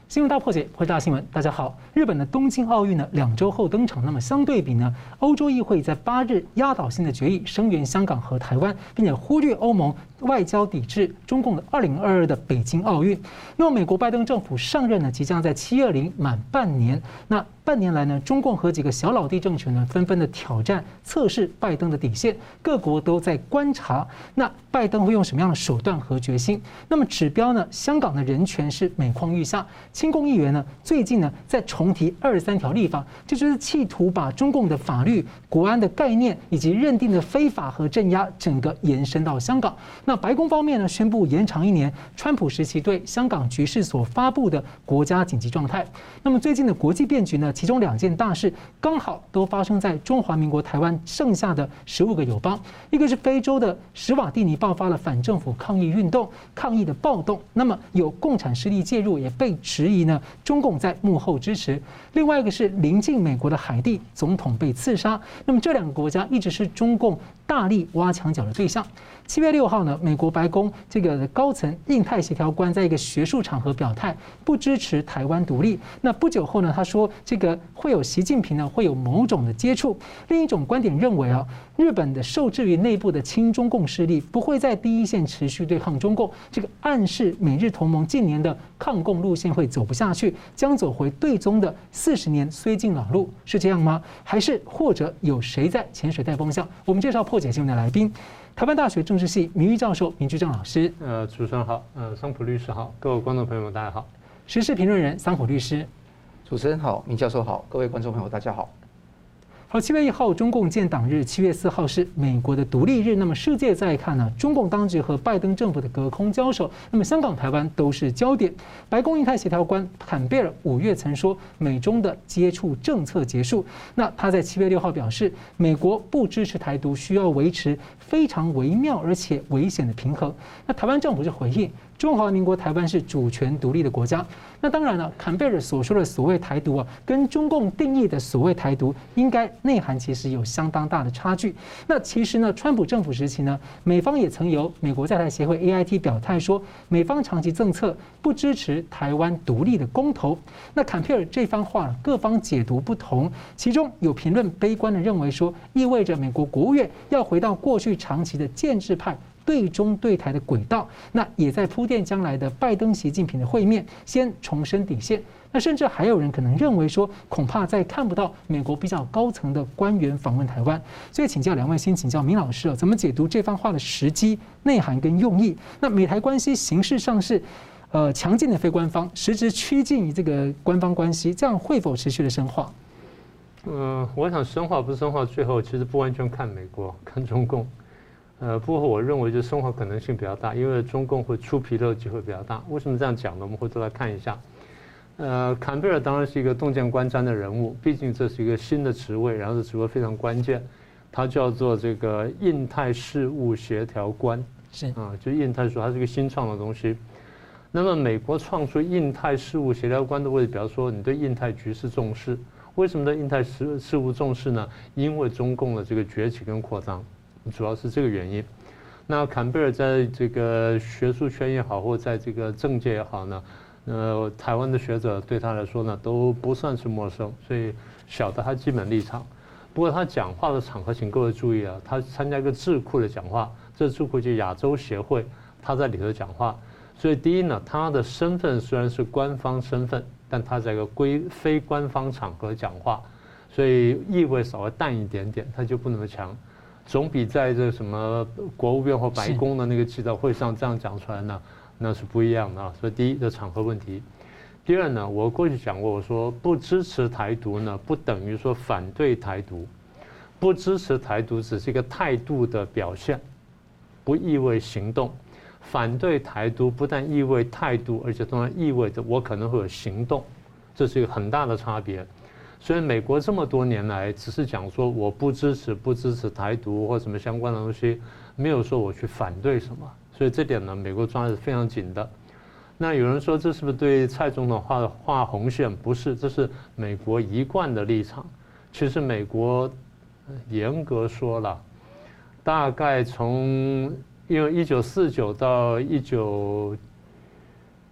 新闻大破解，回答新闻。大家好，日本的东京奥运呢，2周后登场。那么相对比呢，欧洲议会在8日压倒性的决议声援香港和台湾，并且忽略欧盟外交抵制中共的2022的北京奥运。那么美国拜登政府上任呢，即将在7/20满半年。那半年来呢，中共和几个小老弟政权呢，纷纷的挑战、测试拜登的底线，各国都在观察。那拜登会用什么样的手段和决心？那么指标呢，香港的人权是每况愈下。亲共议员呢，最近呢在重提23条立法，这就是企图把中共的法律、国安的概念以及认定的非法和镇压整个延伸到香港。那白宫方面呢，宣布延长1年川普时期对香港局势所发布的国家紧急状态。那么最近的国际变局呢，其中2件大事刚好都发生在中华民国台湾剩下的15个友邦，一个是非洲的史瓦蒂尼爆发了反政府抗议运动、抗议的暴动，那么有共产势力介入，也被质疑呢中共在幕后支持。另外一个是邻近美国的海地总统被刺杀，那么这2个国家一直是中共大力挖墙脚的对象。7月6号呢，美国白宫这个高层印太协调官在一个学术场合表态，不支持台湾独立。那不久后呢，他说这个会有习近平呢会有某种的接触。另一种观点认为啊，日本的受制于内部的亲中共势力不会在第一线持续对抗中共，这个暗示美日同盟近年的抗共路线会走不下去，将走回对中的40年绥靖老路，是这样吗？还是或者有谁在潜水带风向？我们介绍破解新闻的来宾。台湾大学政治系名誉教授明居正老师， 主持人好，桑普律师好，各位观众朋友们大家好。 时事评论人桑普律师， 主持人好，明教授好，各位观众朋友大家好。 好，7月1号中共建党日，7月4号是美国的独立日。那么世界在看呢，中共当局和拜登政府的隔空交手。那么香港、台湾都是焦点。白宫印太协调官坎贝尔5月曾说，美中的接触政策结束。那他在7月6号表示，美国不支持台独，需要维持非常微妙而且危险的平衡。那台湾政府就回应，中华民国台湾是主权独立的国家。那当然了，坎贝尔所说的所谓台独啊，跟中共定义的所谓台独应该内涵其实有相当大的差距。那其实呢，川普政府时期呢，美方也曾由美国在台协会 AIT 表态说，美方长期政策不支持台湾独立的公投。那坎贝尔这番话各方解读不同，其中有评论悲观的认为说，意味着美国国务院要回到过去长期的建制派对中对台的轨道，那也在铺垫将来的拜登、习近平的会面，先重申底线。那甚至还有人可能认为说，恐怕再看不到美国比较高层的官员访问台湾。所以请教2位，先请教明老师怎么解读这番话的时机、内涵跟用意？那美台关系形式上是强劲的非官方，实质趋近于这个官方关系，这样会否持续的深化？ 我想深化不深化，最后其实不完全看美国，看中共。不过我认为就深化可能性比较大，因为中共会出纰漏机会比较大。为什么这样讲呢？我们回头来看一下。坎贝尔当然是一个洞见观瞻的人物，毕竟这是一个新的职位，然后这职位非常关键，他叫做这个印太事务协调官， 是就印太说它是一个新创的东西。那么美国创出印太事务协调官的位置，比方说你对印太局势重视，为什么对印太事务重视呢？因为中共的这个崛起跟扩张。主要是这个原因。那坎贝尔在这个学术圈也好，或在这个政界也好呢，台湾的学者对他来说呢都不算是陌生，所以晓得他基本立场。不过他讲话的场合，请各位注意啊，他参加一个智库的讲话，这智库就亚洲协会，他在里头讲话。所以第一呢，他的身份虽然是官方身份，但他在一个非官方场合讲话，所以意味稍微淡一点点，他就不那么强。总比在这什么国务院或白宫的那个记者会上这样讲出来呢，那是不一样的啊。所以第一，这场合问题；第二呢，我过去讲过，我说不支持台独呢，不等于说反对台独，不支持台独只是一个态度的表现，不意味行动。反对台独不但意味态度，而且当然意味着我可能会有行动，这是一个很大的差别。所以美国这么多年来只是讲说我不支持台独或什么相关的东西，没有说我去反对什么。所以这点呢，美国抓的是非常紧的。那有人说这是不是对蔡总统画红线？不是，这是美国一贯的立场。其实美国严格说了，大概从因为1949到19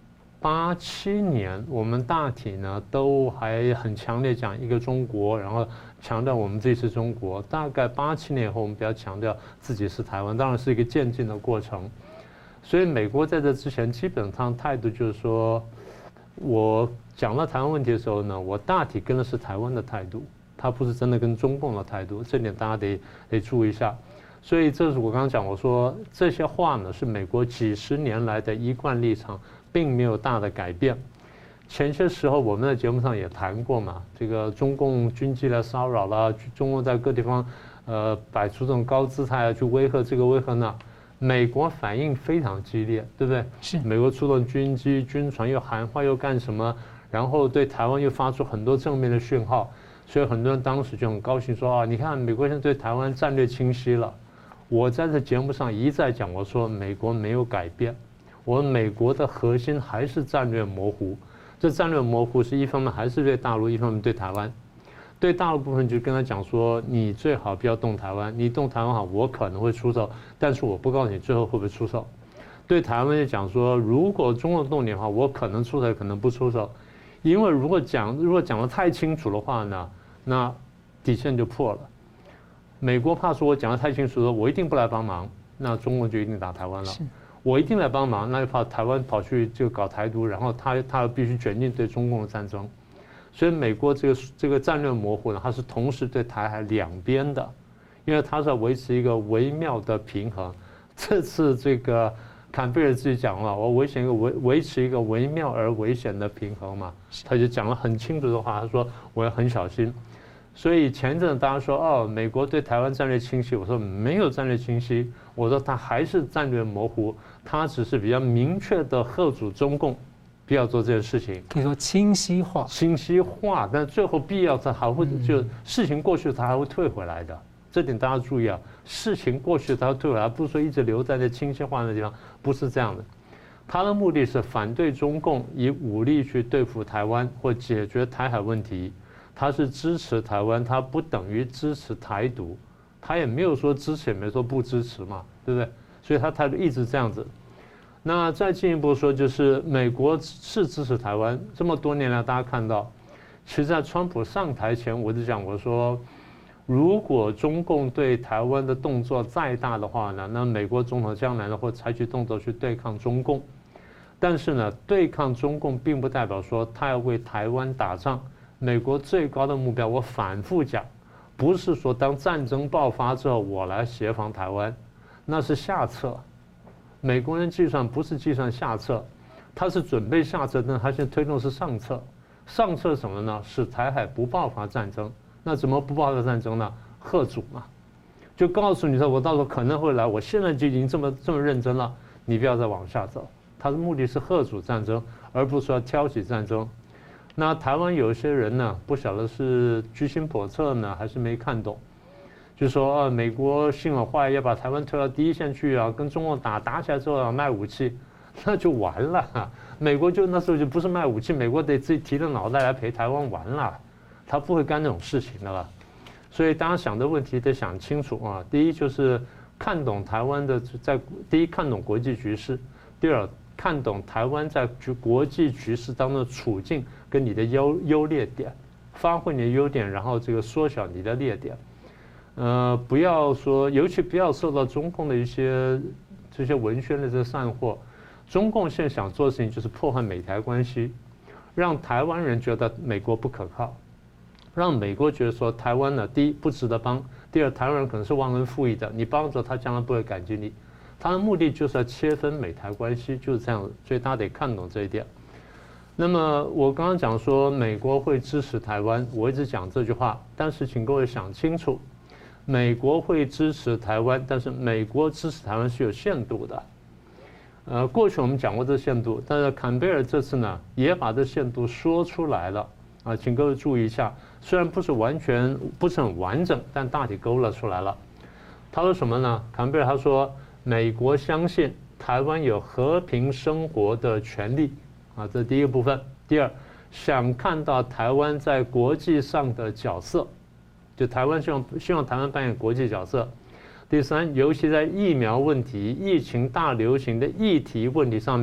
87年，我们大体呢都还很强烈讲一个中国，然后强调我们这是中国。大概87年以后，我们比较强调自己是台湾，当然是一个渐进的过程。所以美国在这之前基本上态度就是说，我讲到台湾问题的时候呢，我大体跟的是台湾的态度，它不是真的跟中共的态度，这点大家得注意一下。所以这是我刚刚讲，我说这些话呢是美国几十年来的一贯立场，并没有大的改变。前些时候我们在节目上也谈过嘛，这个中共军机来骚扰啦，中共在各地方摆出这种高姿态去威吓这个威吓那，美国反应非常激烈，对不对？ 是美国出动军机、军船，又喊话又干什么，然后对台湾又发出很多正面的讯号，所以很多人当时就很高兴说啊，你看美国现在对台湾战略清晰了。我在这节目上一再讲，我说美国没有改变，我美国的核心还是战略模糊。这战略模糊是一方面还是对大陆，一方面对台湾。对大陆部分就跟他讲说，你最好不要动台湾，你动台湾好，我可能会出手，但是我不告诉你最后会不会出手。对台湾就讲说，如果中国动你的话，我可能出手，可能不出手，因为如果讲得太清楚的话呢，那底线就破了。美国怕说我讲得太清楚，说我一定不来帮忙，那中国就一定打台湾了。我一定来帮忙，那就怕台湾跑去就搞台独，然后他必须卷进对中共的战争。所以美国这个战略模糊呢，它是同时对台海两边的，因为它是要维持一个微妙的平衡。这次这个坎贝尔自己讲了，我维持一个微妙而危险的平衡嘛，他就讲了很清楚的话，他说我要很小心。所以前一阵大家说哦，美国对台湾战略清晰，我说没有战略清晰，我说它还是战略模糊，它只是比较明确的嚇阻中共不要做这件事情， 可以说清晰化， 但最后必要它还会就事情过去它还会退回来的，这点大家注意啊，事情过去它会退回来，不是说一直留在那清晰化的地方，不是这样的。它的目的是反对中共以武力去对付台湾或解决台海问题。他是支持台湾，他不等于支持台独，他也没有说支持，也没说不支持嘛，对不对？所以他态度一直这样子。那再进一步说，就是美国是支持台湾，这么多年来大家看到，其实在川普上台前，我就讲我说，如果中共对台湾的动作再大的话呢，那美国总统将来呢会采取动作去对抗中共，但是呢，对抗中共并不代表说他要为台湾打仗。美国最高的目标，我反复讲，不是说当战争爆发之后我来协防台湾，那是下策。美国人计算不是计算下策，他是准备下策，但他现在推动是上策。上策什么呢？使台海不爆发战争。那怎么不爆发战争呢？嚇阻嘛，就告诉你说我到时候可能会来，我现在就已经这么认真了，你不要再往下走。他的目的是嚇阻战争，而不是说挑起战争。那台湾有一些人呢，不晓得是居心叵测呢，还是没看懂，就说啊，美国信了话要把台湾推到第一线去啊，跟中共打起来之后要卖武器，那就完了。美国就那时候就不是卖武器，美国得自己提着脑袋来陪台湾完了，他不会干这种事情的了。所以大家想的问题得想清楚啊。第一就是看懂台湾的第一看懂国际局势，第二看懂台湾在国际局势当中的处境跟你的优劣点，发挥你的优点，然后这个缩小你的劣点。不要说，尤其不要受到中共的一些这些文宣的这散货。中共现在想做的事情就是破坏美台关系，让台湾人觉得美国不可靠，让美国觉得说台湾呢，第一不值得帮，第二台湾人可能是忘恩负义的，你帮着他将来不会感激你。他的目的就是要切分美台关系，就是这样子，所以大家得看懂这一点。那么我刚刚讲说美国会支持台湾，我一直讲这句话，但是请各位想清楚，美国会支持台湾，但是美国支持台湾是有限度的。过去我们讲过这限度，但是坎贝尔这次呢也把这限度说出来了啊，请各位注意一下，虽然不是很完整，但大体勾勒出来了。他说什么呢？坎贝尔他说，美国相信台湾有和平生活的权利啊，这是第一个部分。第二，想看到台湾在国际上的角色，就台湾希望台湾扮演国际角色。第三，尤其在疫苗问题、疫情大流行的议题问题上面，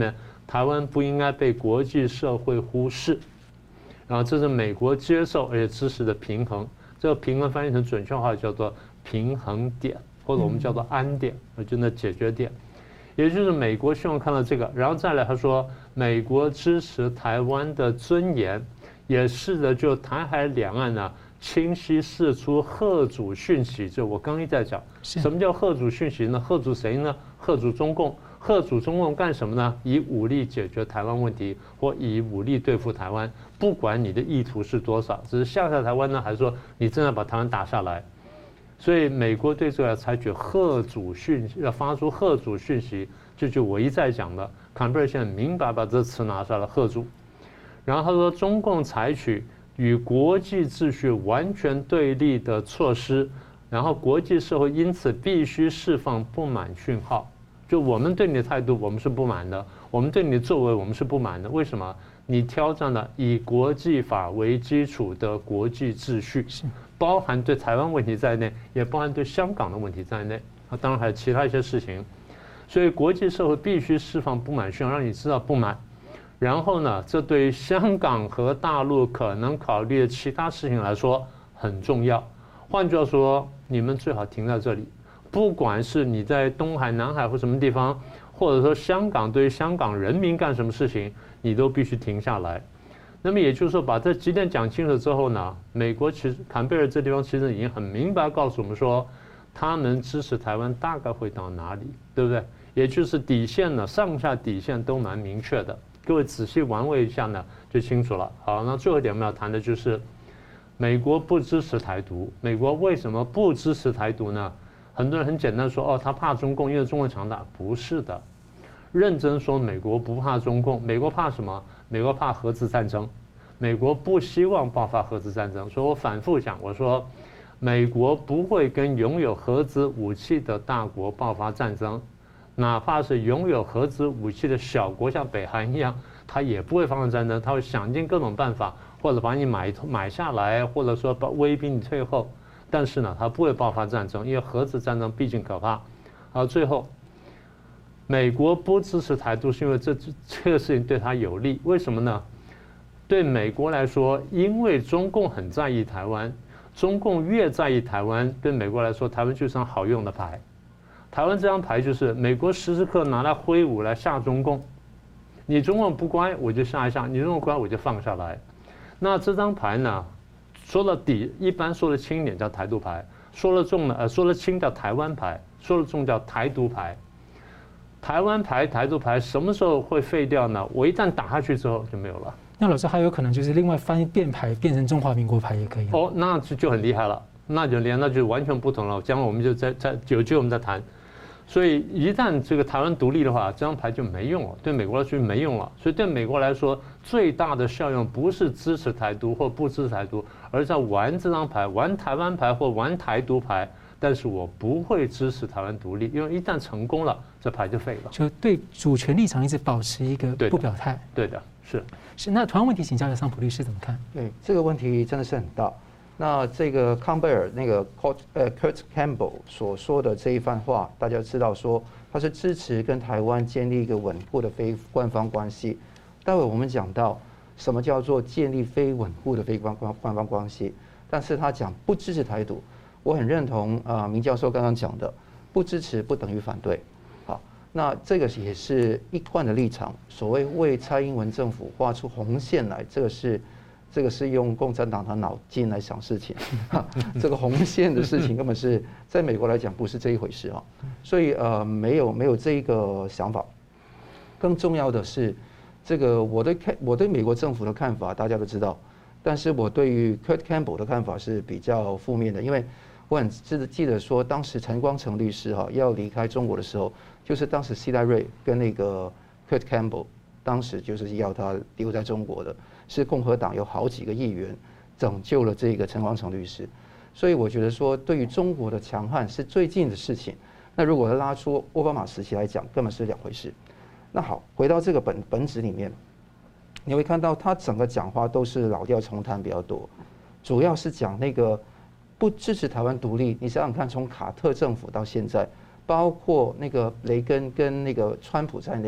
台湾不应该被国际社会忽视，然后这是美国接受而且支持的平衡。这个平衡翻译成准确话叫做平衡点，或者我们叫做安点，就那解决点。也就是美国希望看到这个，然后再来他说，美国支持台湾的尊严，也试着就台海两岸呢清晰释出嚇阻讯息。就我刚一在讲，什么叫嚇阻讯息呢？嚇阻谁呢？嚇阻中共。嚇阻中共干什么呢？以武力解决台湾问题，或以武力对付台湾。不管你的意图是多少，只是吓下台湾呢，还是说你真的把台湾打下来？所以美国对这个要采取嚇阻讯息，要发出嚇阻讯息，就我一再讲的，坎贝尔现在明白把这词拿下了嚇阻。然后他说，中共采取与国际秩序完全对立的措施，然后国际社会因此必须释放不满讯号。就我们对你的态度，我们是不满的；我们对你的作为，我们是不满的。为什么？你挑战了以国际法为基础的国际秩序，包含对台湾问题在内，也包含对香港的问题在内。当然还有其他一些事情。所以国际社会必须释放不满讯号，让你知道不满。然后呢，这对于香港和大陆可能考虑的其他事情来说很重要。换句话说，你们最好停在这里。不管是你在东海、南海或什么地方，或者说香港对于香港人民干什么事情，你都必须停下来。那么也就是说，把这几点讲清楚之后呢，美国其实坎贝尔这地方其实已经很明白告诉我们说，他们支持台湾大概会到哪里，对不对？也就是底线呢，上下底线都蛮明确的。各位仔细玩味一下呢，就清楚了。好，那最后一点我们要谈的就是，美国不支持台独。美国为什么不支持台独呢？很多人很简单说，他怕中共，因为中共强大。不是的，认真说，美国不怕中共，美国怕什么？美国怕核子战争，美国不希望爆发核子战争。所以我反复讲，我说，美国不会跟拥有核子武器的大国爆发战争，哪怕是拥有核子武器的小国，像北韩一样，他也不会发生战争，他会想尽各种办法，或者把你买下来，或者说把威逼你退后。但是呢，它不会爆发战争，因为核子战争毕竟可怕。好，最后，美国不支持台独，是因为这个事情对他有利。为什么呢？对美国来说，因为中共很在意台湾，中共越在意台湾，对美国来说，台湾就是张好用的牌。台湾这张牌就是美国时时刻拿来挥舞来吓中共，你中共不乖，我就吓一吓；你中共乖，我就放下来。那这张牌呢？说了底，一般说的轻一点叫台独牌，说了重呢，说了轻叫台湾牌，说了重叫台独牌。台湾牌、台独牌什么时候会废掉呢？我一旦打下去之后就没有了。 那老师还有可能就是另外变牌变成中华民国牌也可以。 哦，那就很厉害了，那就完全不同了。将来我们就有机会我们再谈。所以一旦这个台湾独立的话，这张牌就没用了，对美国来说没用了。所以对美国来说，最大的效用不是支持台独或不支持台独，而是在玩这张牌，玩台湾牌或玩台独牌。但是我不会支持台湾独立，因为一旦成功了，这牌就废了。 就对主权立场一直保持一个不表态。 对的，是。 那同样问题，请教一下桑普律师怎么看？ 对，这个问题真的是很大。那这个康贝尔那个Kurt Campbell 所说的这一番话，大家知道说他是支持跟台湾建立一个稳固的非官方关系。待会我们讲到什么叫做建立非稳固的非官方关系，但是他讲不支持台独，我很认同明教授刚刚讲的，不支持不等于反对。好，那这个也是一贯的立场，所谓为蔡英文政府画出红线来，这个是用共产党的脑筋来想事情，这个红线的事情根本是在美国来讲不是这一回事啊，所以没有这一个想法。更重要的是，这个我对美国政府的看法大家都知道，但是我对于 Kurt Campbell 的看法是比较负面的，因为我很记得说，当时陈光诚律师要离开中国的时候，就是当时希拉瑞跟那个 Kurt Campbell 当时就是要他留在中国的。是共和党有好几个议员拯救了这个陈光诚律师，所以我觉得说，对于中国的强悍是最近的事情。那如果拉出奥巴马时期来讲，根本是两回事。那好，回到这个本质里面，你会看到他整个讲话都是老调重弹比较多，主要是讲那个不支持台湾独立。你想想看，从卡特政府到现在，包括那个雷根跟那个川普在内，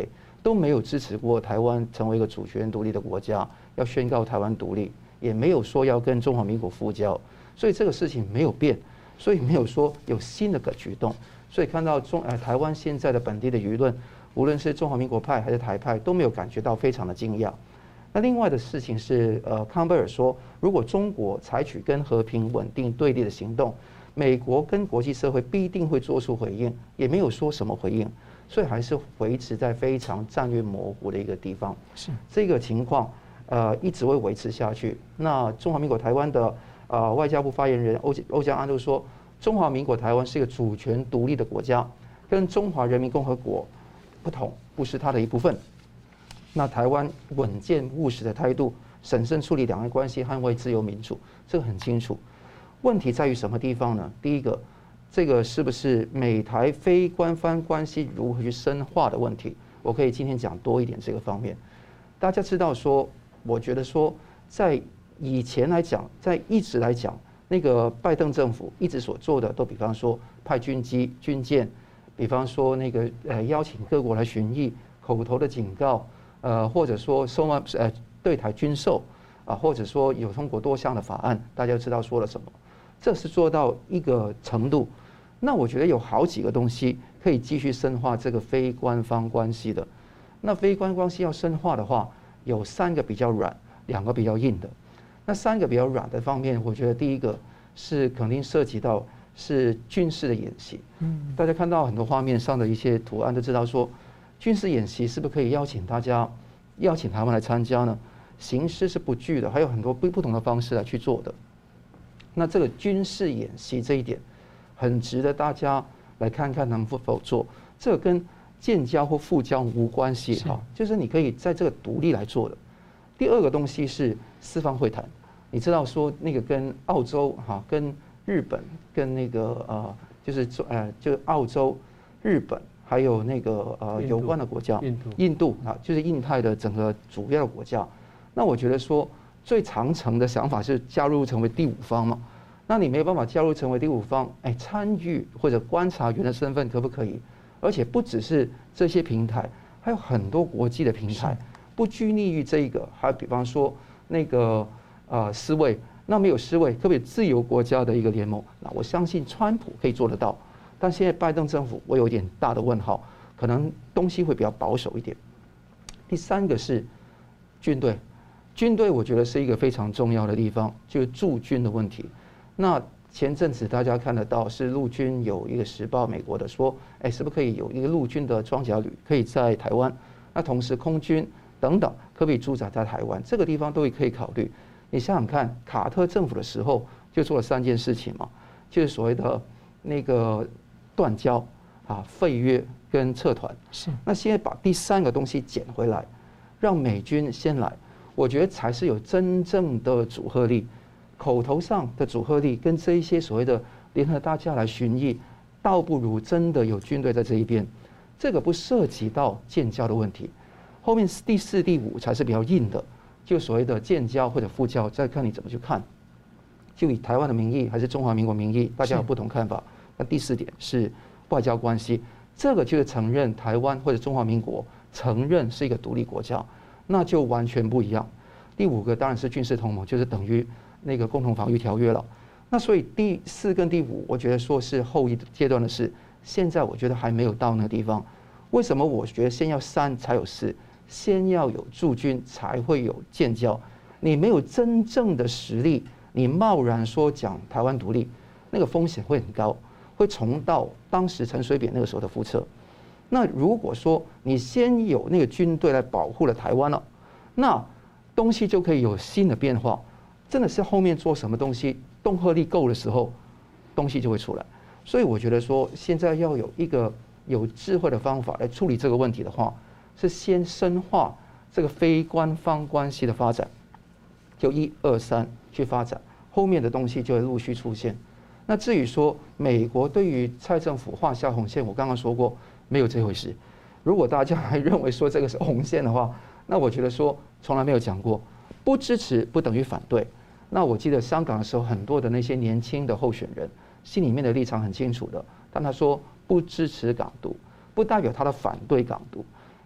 都没有支持过台湾成为一个主权独立的国家，要宣告台湾独立，也没有说要跟中华民国复交，所以这个事情没有变，所以没有说有新的举动。所以看到台湾现在的本地的舆论，无论是中华民国派还是台派，都没有感觉到非常的惊讶。那另外的事情是，康贝尔说，如果中国采取跟和平稳定对立的行动，美国跟国际社会必定会做出回应，也没有说什么回应，所以还是维持在非常战略模糊的一个地方。 是这个情况，一直会维持下去。那中华民国台湾的外交部发言人欧江安都说，中华民国台湾是一个主权独立的国家，跟中华人民共和国不同，不是它的一部分。那台湾稳健务实的态度，审慎处理两岸关系，捍卫自由民主，这个很清楚。问题在于什么地方呢？第一个，这个是不是美台非官方关系如何去深化的问题？我可以今天讲多一点这个方面。大家知道说，我觉得说，在以前来讲，在一直来讲，那个拜登政府一直所做的，都比方说派军机、军舰，比方说那个邀请各国来巡弋，口头的警告。或者说对台军售啊，或者说有通过多项的法案，大家知道说了什么，这是做到一个程度。那我觉得有好几个东西可以继续深化这个非官方关系的。那非官方关系要深化的话，有3个比较软，2个比较硬的。那3个比较软的方面，我觉得第一个是肯定涉及到是军事的演习。大家看到很多画面上的一些图案，都知道说。军事演习是不是可以邀请台湾来参加呢？形式是不拘的，还有很多不同的方式来去做的。那这个军事演习这一点，很值得大家来看看能否做。这个跟建交或复交无关系哈，就是你可以在这个独立来做的。第2个东西是四方会谈，你知道说那个跟澳洲哈、跟日本、跟那个就是澳洲、日本。还有那个有关的国家，印度啊，就是印太的整个主要的国家。那我觉得说最长程的想法是加入成为第5方嘛。那你没有办法加入成为第5方，参与或者观察员的身份可不可以？而且不只是这些平台，还有很多国际的平台，不拘泥于这个。还有比方说那个世卫，那没有世卫，可不可以自由国家的一个联盟？那我相信川普可以做得到。但现在拜登政府，我有点大的问号，可能东西会比较保守一点。第3个是军队，军队我觉得是一个非常重要的地方，就是驻军的问题。那前阵子大家看得到，是陆军有一个时报，美国的说，是不是可以有一个陆军的装甲旅可以在台湾？那同时空军等等，可不可以驻扎在台湾？这个地方都可以考虑。你想想看，卡特政府的时候就做了3件事情嘛，就是所谓的那个。断交废约跟撤团， 是。 那现在把第3个东西捡回来，让美军先来，我觉得才是有真正的组合力。口头上的组合力跟这一些所谓的联合大家来巡弋，倒不如真的有军队在这一边。这个不涉及到建交的问题，后面第4、第5才是比较硬的，就所谓的建交或者复交，再看你怎么去看。就以台湾的名义还是中华民国名义，大家有不同看法。那第4点是外交关系，这个就是承认台湾或者中华民国承认是一个独立国家，那就完全不一样。第5个当然是军事同盟，就是等于那个共同防御条约了。那所以第4跟第5，我觉得说是后一阶段的事，现在我觉得还没有到那个地方。为什么我觉得先要3才有4？先要有驻军才会有建交。你没有真正的实力，你贸然说讲台湾独立，那个风险会很高。会重蹈当时陈水扁那个时候的覆辙。那如果说你先有那个军队来保护了台湾了，那东西就可以有新的变化。真的是后面做什么东西，动合力够的时候，东西就会出来。所以我觉得说，现在要有一个有智慧的方法来处理这个问题的话，是先深化这个非官方关系的发展，就1、2、3去发展，后面的东西就会陆续出现。那至于说美国对于蔡政府画下红线，我刚刚说过没有这回事。如果大家还认为说这个是红线的话，那我觉得说从来没有讲过，不支持不等于反对。那我记得香港的时候，很多的那些年轻的候选人心里面的立场很清楚的，但他说不支持港独，不代表他的反对港独。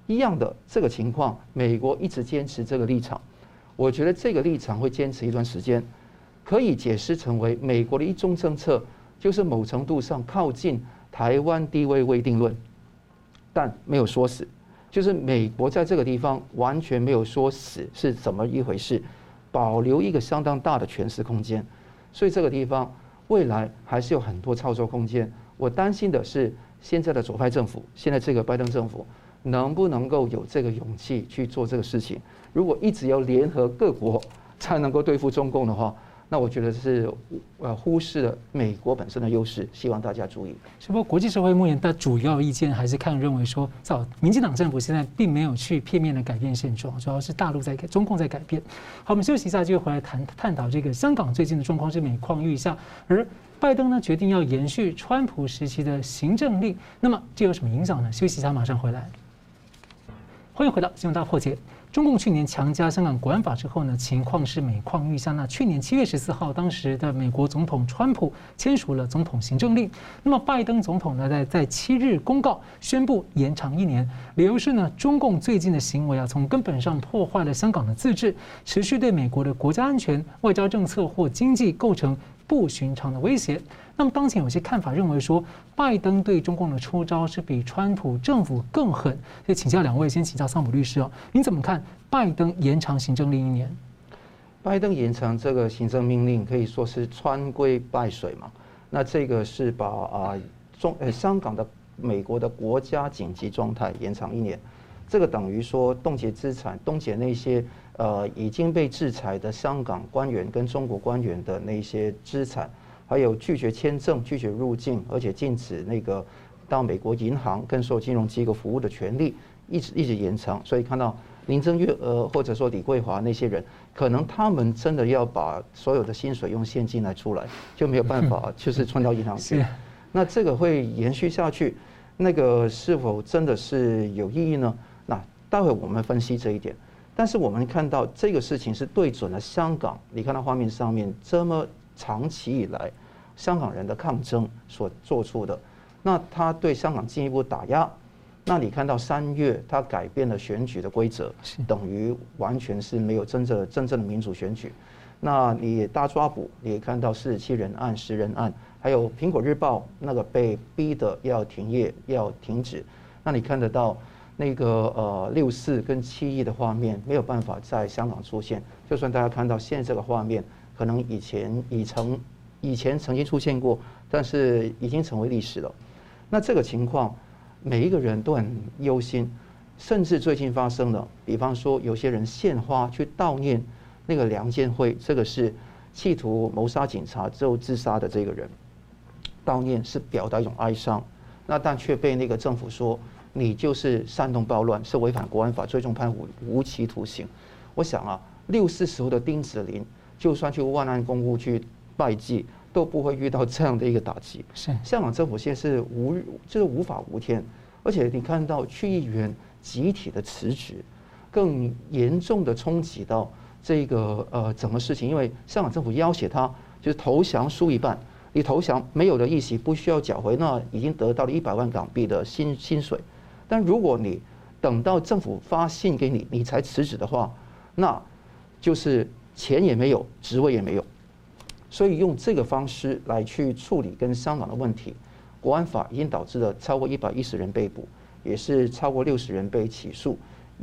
一样的这个情况，美国一直坚持这个立场，我觉得这个立场会坚持一段时间，可以解释成为美国的一中政策，就是某程度上靠近台湾地位未定论，但没有说死，就是美国在这个地方完全没有说死是怎么一回事，保留一个相当大的诠释空间，所以这个地方未来还是有很多操作空间。我担心的是现在的左派政府，现在这个拜登政府能不能够有这个勇气去做这个事情？如果一直要联合各国才能够对付中共的话，那我觉得是忽视了美国本身的优势，希望大家注意。 不过国际社会目前的主要意见还是认为说，民进党政府现在并没有去片面的改变现状，主要是大陆中共在改变。好，我们休息一下，就回来探讨这个香港最近的状况是每况愈下，而拜登呢决定要延续川普时期的行政令，那么这有什么影响呢？休息一下，马上回来。欢迎回到新闻大破解。中共去年强加香港国安法之后呢，情况是每况愈下。那去年7月14号，当时的美国总统川普签署了总统行政令。那么拜登总统呢，在7日公告宣布延长1年，理由是呢，中共最近的行为从根本上破坏了香港的自治，持续对美国的国家安全、外交政策或经济构成不寻常的威胁。那么当前有些看法认为说，拜登对中共的出招是比川普政府更狠。所以请教两位，先请教桑普律师您怎么看拜登延长行政令1年？ 拜登延长这个行政命令可以说是川规败水嘛？那这个是把香港的美国的国家紧急状态延长1年，这个等于说冻结资产，冻结那些已经被制裁的香港官员跟中国官员的那些资产。还有拒绝签证、拒绝入境，而且禁止那个到美国银行跟所有金融机构服务的权利，一直延长。所以看到林郑月娥或者说李桂华那些人，可能他们真的要把所有的薪水用现金来出来，就没有办法就是存到银行去。那这个会延续下去，那个是否真的是有意义呢？那待会我们分析这一点。但是我们看到这个事情是对准了香港，你看到画面上面这么长期以来香港人的抗争所做出的，那他对香港进一步打压，那你看到3月他改变了选举的规则，等于完全是没有真正的民主选举。那你也大抓捕，你也看到47人案、10人案，还有苹果日报那个被逼的要停业、要停止，那你看得到那个6·4跟7·1的画面没有办法在香港出现，就算大家看到现在这个画面。可能以前曾经出现过，但是已经成为历史了。那这个情况，每一个人都很忧心，甚至最近发生了，比方说有些人献花去悼念那个梁建辉，这个是企图谋杀警察之后自杀的这个人，悼念是表达一种哀伤，那但却被那个政府说你就是煽动暴乱，是违反国安法，最终判无期徒刑。我想6·4时候的丁子霖。就算去万安公墓去拜祭，都不会遇到这样的一个打击。香港政府现在是无法无天，而且你看到区议员集体的辞职，更严重的冲击到这个整个事情。因为香港政府要挟他，就是投降输一半，你投降没有的利息不需要缴回，那已经得到了100万港币的薪水。但如果你等到政府发信给你，你才辞职的话，那就是钱也没有，职位也没有，所以用这个方式来去处理跟香港的问题，国安法已经导致了超过110人被捕，也是超过60人被起诉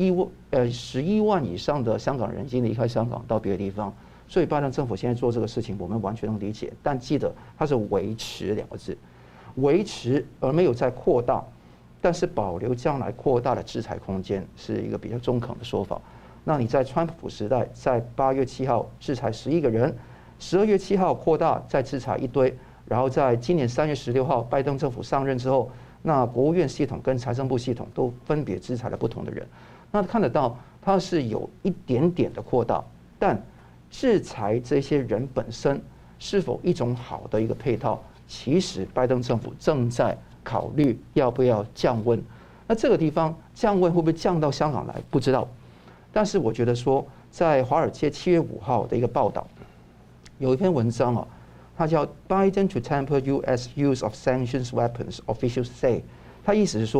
，11万以上的香港人已经离开香港到别的地方，所以拜登政府现在做这个事情，我们完全能理解，但记得它是维持2个字，维持而没有再扩大，但是保留将来扩大的制裁空间，是一个比较中肯的说法。那你在川普时代，在8月7号制裁11个人，12月7号扩大再制裁一堆，然后在今年3月16号拜登政府上任之后，那国务院系统跟财政部系统都分别制裁了不同的人。那看得到它是有一点点的扩大，但制裁这些人本身是否一种好的一个配套，其实拜登政府正在考虑要不要降温。那这个地方降温会不会降到香港来，不知道。但是我觉得说，在华尔街7月5号的一个报道，有一篇文章它叫 Biden to temper U.S. use of sanctions weapons, officials say。它意思是说，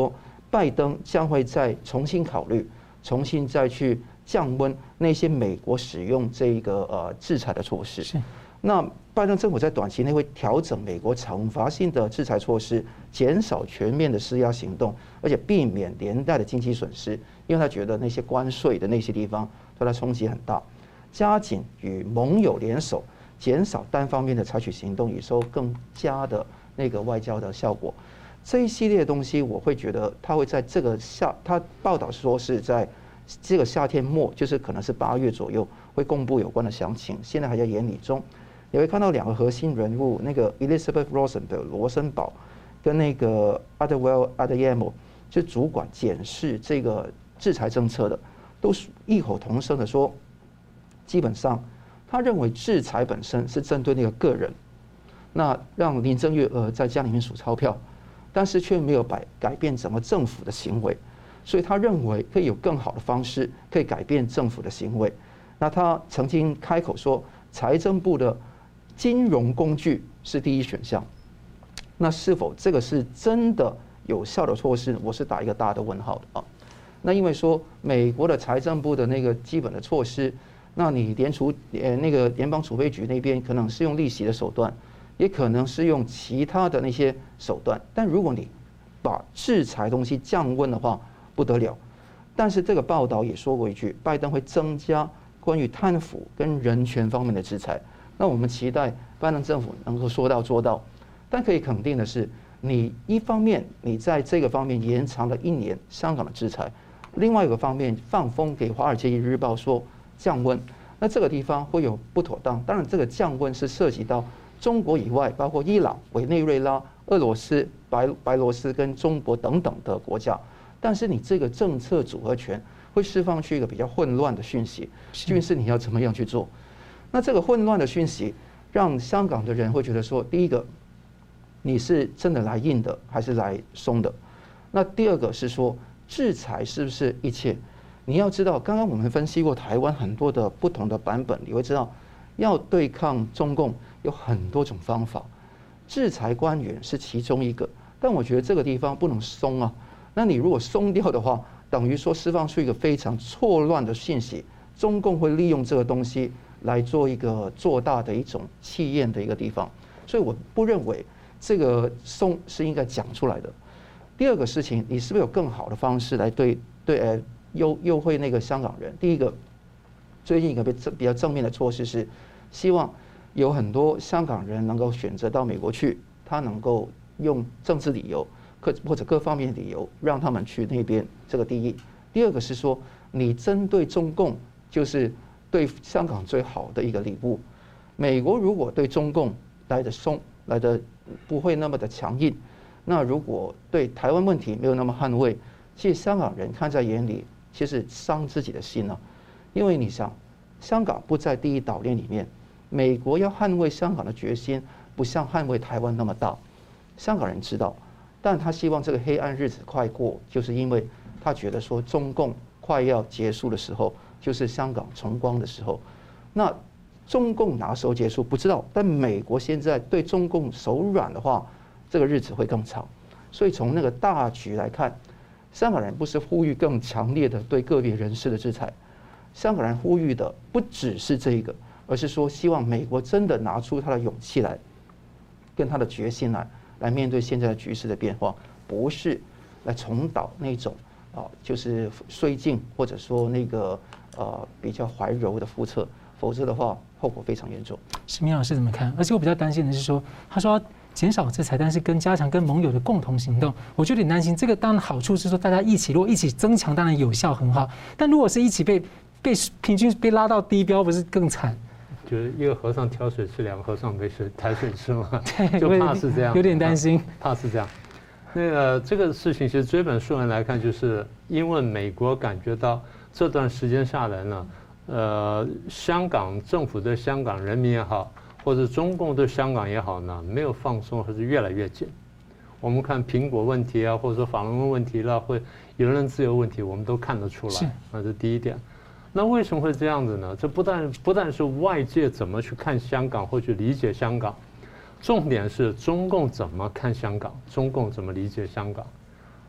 拜登将会再重新考虑，重新再去降温那些美国使用这个制裁的措施。那拜登政府在短期内会调整美国惩罚性的制裁措施，减少全面的施压行动，而且避免连带的经济损失，因为他觉得那些关税的那些地方对他冲击很大，加紧与盟友联手，减少单方面的采取行动，以收更佳的那个外交的效果。这一系列的东西，我会觉得他会在这个他报道说是在这个夏天末，就是可能是8月左右会公布有关的详情，现在还在研拟中。你会看到2个核心人物，那个 Elizabeth Rosenberg 罗森堡跟那个 Adewale Adeyemo 就主管检视这个制裁政策的，都是异口同声的说，基本上他认为制裁本身是针对那个个人，那让林郑月娥在家里面数钞票，但是却没有改变整个政府的行为，所以他认为可以有更好的方式可以改变政府的行为。那他曾经开口说，财政部的金融工具是第一选项，那是否这个是真的有效的措施？我是打一个大的问号的啊。那因为说美国的财政部的那个基本的措施，那你那个联邦储备局那边可能是用利息的手段，也可能是用其他的那些手段。但如果你把制裁东西降温的话，不得了。但是这个报道也说过一句，拜登会增加关于贪腐跟人权方面的制裁。那我们期待拜登政府能够说到做到，但可以肯定的是，你一方面你在这个方面延长了1年香港的制裁，另外一个方面放风给《华尔街日报》说降温，那这个地方会有不妥当。当然，这个降温是涉及到中国以外，包括伊朗、委内瑞拉、俄罗斯、白罗斯跟中国等等的国家。但是你这个政策组合拳会释放出一个比较混乱的讯息，究竟是你要怎么样去做？那这个混乱的讯息，让香港的人会觉得说，第一个，你是真的来硬的还是来松的？那第二个是说，制裁是不是一切？你要知道，刚刚我们分析过台湾很多的不同的版本，你会知道，要对抗中共有很多种方法，制裁官员是其中一个。但我觉得这个地方不能松啊。那你如果松掉的话，等于说释放出一个非常错乱的讯息，中共会利用这个东西来做一个做大的一种气焰的一个地方，所以我不认为这个松是应该讲出来的。第二个事情，你是不是有更好的方式来优惠那个香港人？第一个，最近一个比较正面的措施是，希望有很多香港人能够选择到美国去，他能够用政治理由或者各方面的理由让他们去那边，这个第一。第二个是说，你针对中共就是对香港最好的一个礼物。美国如果对中共来的松，来的不会那么的强硬，那如果对台湾问题没有那么捍卫，其实香港人看在眼里，其实伤自己的心了。因为你想，香港不在第一岛链里面，美国要捍卫香港的决心不像捍卫台湾那么大。香港人知道，但他希望这个黑暗日子快过，就是因为他觉得说中共快要结束的时候，就是香港重光的时候。那中共哪时候结束不知道，但美国现在对中共手软的话，这个日子会更长。所以从那个大局来看，香港人不是呼吁更强烈的对个别人士的制裁，香港人呼吁的不只是这个，而是说希望美国真的拿出他的勇气来，跟他的决心来面对现在的局势的变化，不是来重蹈那种就是绥靖或者说那个比较怀柔的覆辙，否则的话后果非常严重。 施明老师怎么看？而且我比较担心的是说，他说减少制裁，但是加强跟盟友的共同行动，我就有点担心。这个当然好处是说大家如果一起增强，当然有效很好。但如果是一起被平均被拉到低标，不是更惨？ 就是一个和尚挑水吃，两个和尚没水抬水吃嘛， 对， 就怕是这样， 有点担心， 怕是这样。那个这个事情其实追本溯源来看，就是因为美国感觉到这段时间下来呢，香港政府对香港人民也好，或者中共对香港也好呢，没有放松，或是越来越紧。我们看苹果问题啊，或者说法轮功问题啦，或言论自由问题，我们都看得出来。那是第一点。那为什么会这样子呢？这不但是外界怎么去看香港或去理解香港，重点是中共怎么看香港，中共怎么理解香港。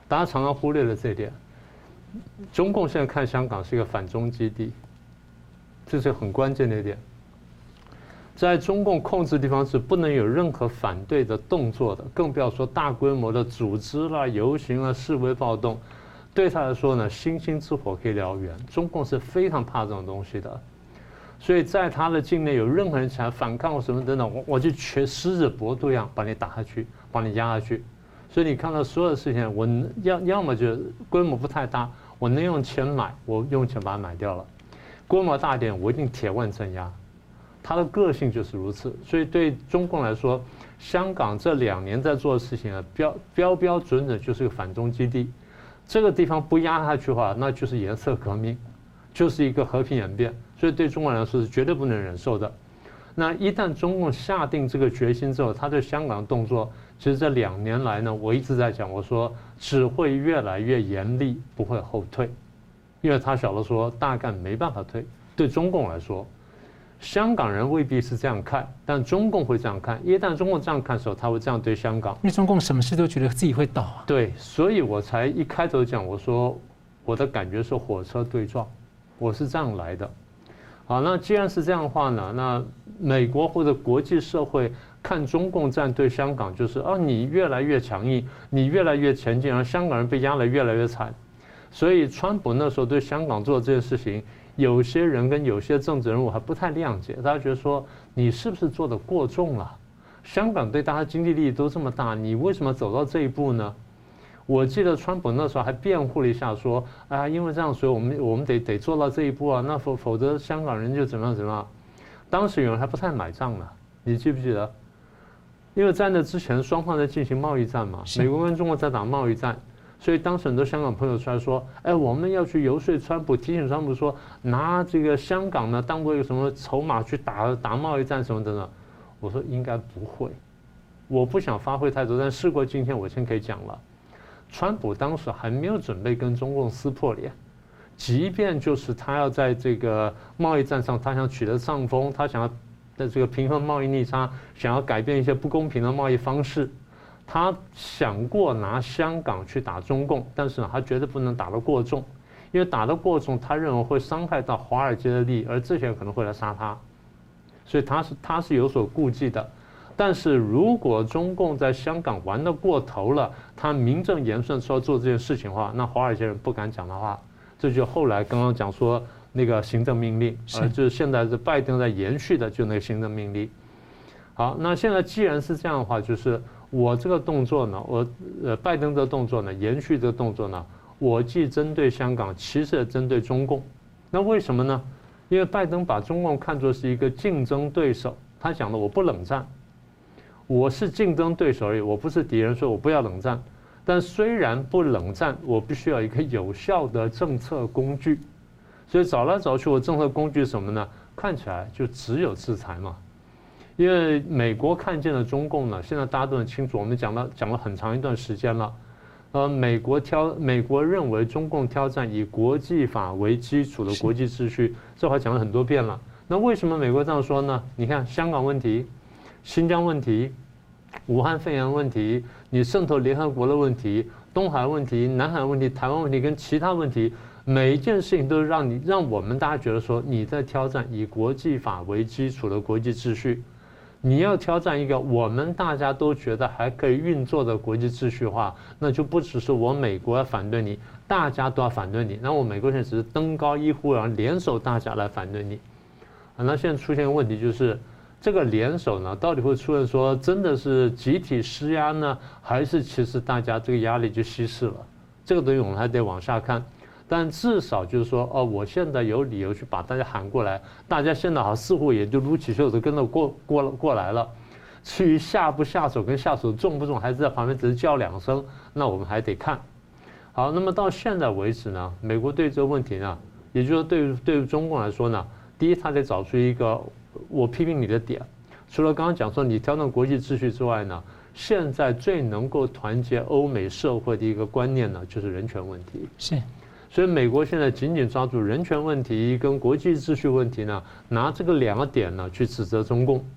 大家常常忽略了这一点。中共现在看香港是一个反中基地，这是很关键的一点。在中共控制地方是不能有任何反对的动作的，更不要说大规模的组织啦、游行啦、示威暴动。对他来说呢，星星之火可以燎原。中共是非常怕这种东西的，所以在他的境内有任何人起来反抗或什么等等，我就全狮子搏斗一样把你打下去，把你压下去。所以你看到所有的事情，我要么就规模不太大，我能用钱买，我用钱把它买掉了；规模大一点，我一定铁腕镇压。他的个性就是如此，所以对中共来说，香港这2年在做的事情啊，标准就是个反中基地。这个地方不压下去的话，那就是颜色革命，就是一个和平演变。所以对中国人来说是绝对不能忍受的。那一旦中共下定这个决心之后，他对香港的动作，其实这2年来呢，我一直在讲，我说只会越来越严厉，不会后退，因为他晓得说大概没办法退。对中共来说，香港人未必是这样看，但中共会这样看。一旦中共这样看的时候，他会这样对香港。 因为中共什么事都觉得自己会倒啊。 对，所以我才一开头讲，我说我的感觉是火车对撞，我是这样来的。好，那既然是这样的话呢，那美国或者国际社会看中共这样对香港，就是你越来越强硬，你越来越前进，而香港人被压得越来越惨。所以川普那时候对香港做这件事情，有些人跟有些政治人物还不太谅解，大家觉得说你是不是做得过重了？香港对大家经济利益都这么大，你为什么走到这一步呢？我记得川普那时候还辩护了一下，说因为这样，所以我们得做到这一步啊，那否则香港人就怎么样。当时有人还不太买账呢，你记不记得？因为在那之前双方在进行贸易战嘛，美国跟中国在打贸易战。所以当时很多香港朋友出来说，我们要去游说川普，提醒川普说，拿这个香港呢当做一个什么筹码去打贸易战什么的呢？我说应该不会，我不想发挥太多，但事过今天，我先可以讲了，川普当时还没有准备跟中共撕破脸，即便就是他要在这个贸易战上，他想取得上风，他想要在这个平衡贸易逆差，想要改变一些不公平的贸易方式。他想过拿香港去打中共，但是呢，他绝对不能打得过重，因为打得过重，他认为会伤害到华尔街的利益，而这些人可能会来杀他，所以他是有所顾忌的。但是如果中共在香港玩得过头了，他名正言顺说做这件事情的话，那华尔街人不敢讲的话，这就后来刚刚讲说那个行政命令，就是现在是拜登在延续的，就那个行政命令。好，那现在既然是这样的话，就是我这个动作呢，拜登的动作呢，延续这个动作呢，我既针对香港，其实也针对中共。那为什么呢？因为拜登把中共看作是一个竞争对手，他讲的我不冷战，我是竞争对手而已，我不是敌人，所以我不要冷战。但虽然不冷战，我必须要一个有效的政策工具。所以找来找去，我政策工具是什么呢？看起来就只有制裁嘛。因为美国看见了中共呢，现在大家都很清楚，我们讲了很长一段时间了。美国认为中共挑战以国际法为基础的国际秩序，这话讲了很多遍了。那为什么美国这样说呢？你看香港问题、新疆问题、武汉肺炎问题，你渗透联合国的问题、东海问题、南海问题、台湾问题跟其他问题，每一件事情都让我们大家觉得说你在挑战以国际法为基础的国际秩序。你要挑战一个我们大家都觉得还可以运作的国际秩序的话，那就不只是我美国要反对你，大家都要反对你。那我美国现在只是登高一呼，然后联手大家来反对你。那现在出现一个问题就是，这个联手呢，到底会出现说真的是集体施压呢，还是其实大家这个压力就稀释了？这个东西我们还得往下看。但至少就是说，我现在有理由去把大家喊过来，大家现在似乎也就撸起袖子跟着过来了。至于下不下手跟下手重不重，还是在旁边只是叫2声，那我们还得看。好，那么到现在为止呢，美国对这个问题呢，也就是说对于中共来说呢，第一，他得找出一个我批评你的点。除了刚刚讲说你挑战国际秩序之外呢，现在最能够团结欧美社会的一个观念呢，就是人权问题。 是。 所以美国现在紧紧抓住人权问题跟国际秩序问题呢，拿这个2个点呢去指责中共，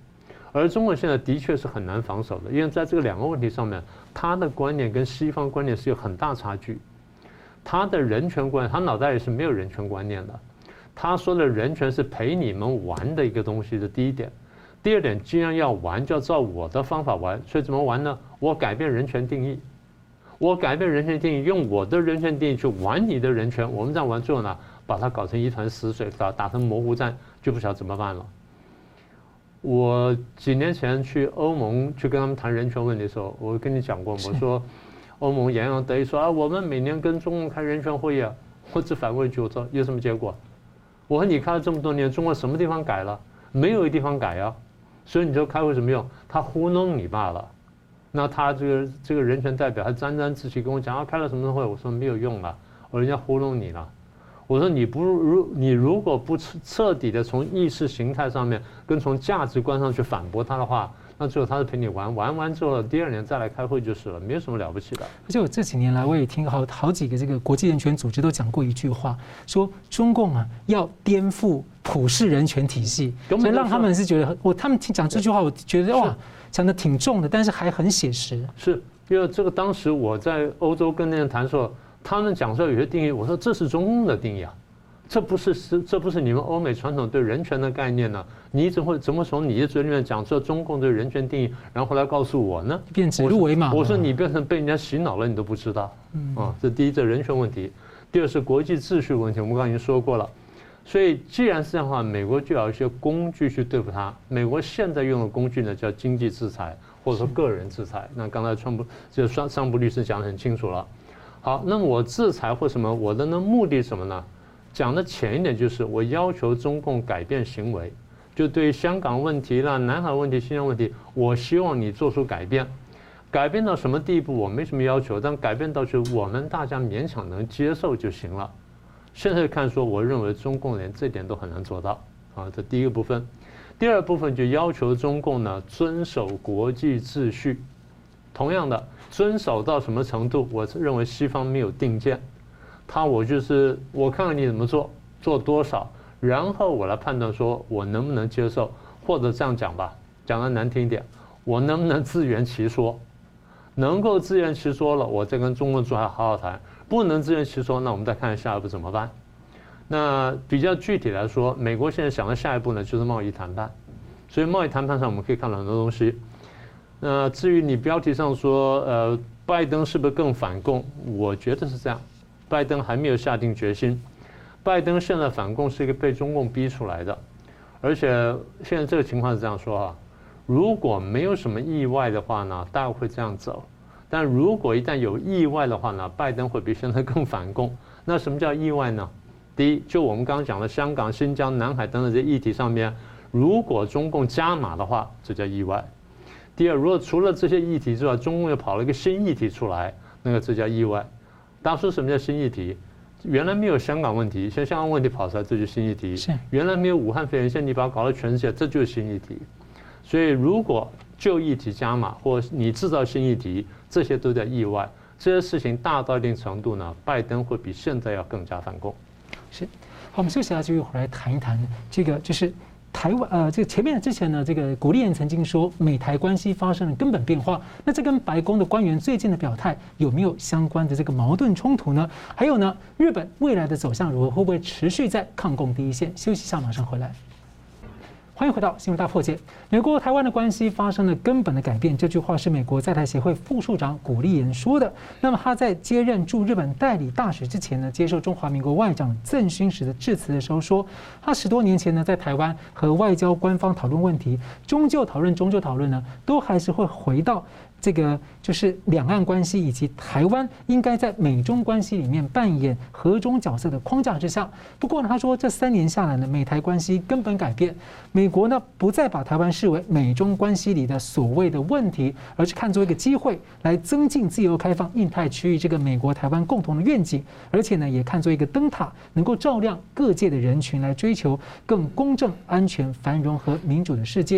而中国现在的确是很难防守的，因为在这个两个问题上面，他的观念跟西方观念是有很大差距。他的人权观，他脑袋里是没有人权观念的。他说的人权是陪你们玩的一个东西的第一点。第二点，既然要玩，就要照我的方法玩。所以怎么玩呢？我改变人权定义，我改变人权定义，用我的人权定义去玩你的人权。我们这样玩之后呢，把它搞成一团死水，打成模糊战，就不晓得怎么办了。我几年前去欧盟去跟他们谈人权问题的时候，我跟你讲过，我说欧盟洋洋得意说啊，我们每年跟中共开人权会议啊，我只反问一句，我说有什么结果？我说你开了这么多年，中国什么地方改了？没有一地方改啊。所以你说开会什么用？他糊弄你罢了。那他这个人权代表还沾沾自喜跟我讲啊，开了什么会？我说没有用了，我说人家糊弄你了。我说你如果不彻底的从意识形态上面跟从价值观上去反驳他的话，那最后他是陪你玩完之后，第二年再来开会就是了，没有什么了不起的。 而且我这几年来，我也听好几个这个国际人权组织都讲过一句话，说中共啊要颠覆普世人权体系，所以让他们是觉得他们讲这句话，我觉得哇讲得挺重的，但是还很写实。 是因为这个当时我在欧洲跟那人谈的时候，他们讲说有些定义，我说这是中共的定义啊。这不是你们欧美传统对人权的概念呢？你怎么从你的嘴里面讲出中共对人权定义，然后回来告诉我呢？ 变指鹿为马。 我说你变成被人家洗脑了，你都不知道。这第一，这人权问题；第二是国际秩序问题。我们刚刚已经说过了。所以既然是这样的话，美国就要一些工具去对付它。美国现在用的工具呢，叫经济制裁或者说个人制裁。那刚才上部律师讲得很清楚了。好，那么我制裁或什么，我的目的是什么呢？讲的浅一点，就是我要求中共改变行为，就对于香港问题啦、南海问题、新疆问题，我希望你做出改变。改变到什么地步我没什么要求，但改变到就是我们大家勉强能接受就行了。现在看说，我认为中共连这点都很难做到啊，这第一个部分。第二部分就要求中共呢遵守国际秩序。同样的，遵守到什么程度，我认为西方没有定见。我看看你怎么做多少，然后我来判断说我能不能接受，或者这样讲吧，讲得难听一点，我能不能自圆其说？能够自圆其说了，我再跟中共做好好谈；不能自圆其说，那我们再看下一步怎么办。那比较具体来说，美国现在想的下一步呢，就是贸易谈判。所以贸易谈判上我们可以看到很多东西。那至于你标题上说，拜登是不是更反共？我觉得是这样。拜登还没有下定决心，拜登现在反共是一个被中共逼出来的，而且现在这个情况是这样说啊，如果没有什么意外的话呢，大概会这样走，但如果一旦有意外的话呢，拜登会比现在更反共。那什么叫意外呢？第一，就我们刚刚讲的香港、新疆、南海等等这些议题上面，如果中共加码的话，这叫意外。第二，如果除了这些议题之外，中共又跑了一个新议题出来，这叫意外。当初什么叫新议题？原来没有香港问题，现在香港问题跑出来，这就是新议题。原来没有武汉肺炎，现在你把它搞到全世界，这就是新议题。所以如果旧议题加码，或你制造新议题，这些都叫意外。这些事情大到一定程度呢，拜登会比现在要更加反共。 是，好，我们休息一下，就一会儿来谈一谈这个，就是台湾这个前面之前呢，这个古立言曾经说美台关系发生了根本变化，那这跟白宫的官员最近的表态有没有相关的这个矛盾冲突呢？还有呢，日本未来的走向如何，会不会持续在抗共第一线？休息一下，马上回来。欢迎回到新闻大破解。美国台湾的关系发生了根本的改变，这句话是美国在台协会副处长古立言说的。那么他在接任驻日本代理大使之前呢，接受中华民国外长赠勋时的致辞的时候说，他10多年前呢在台湾和外交官方讨论问题，终究讨论呢，都还是会回到这个就是两岸关系以及台湾应该在美中关系里面扮演和中角色的框架之下。不过呢，他说这3年下来呢，美台关系根本改变，美国呢不再把台湾视为美中关系里的所谓的问题，而是看作一个机会来增进自由开放印太区域这个美国台湾共同的愿景，而且呢也看作一个灯塔，能够照亮各界的人群，来追求更公正、安全、繁荣和民主的世界。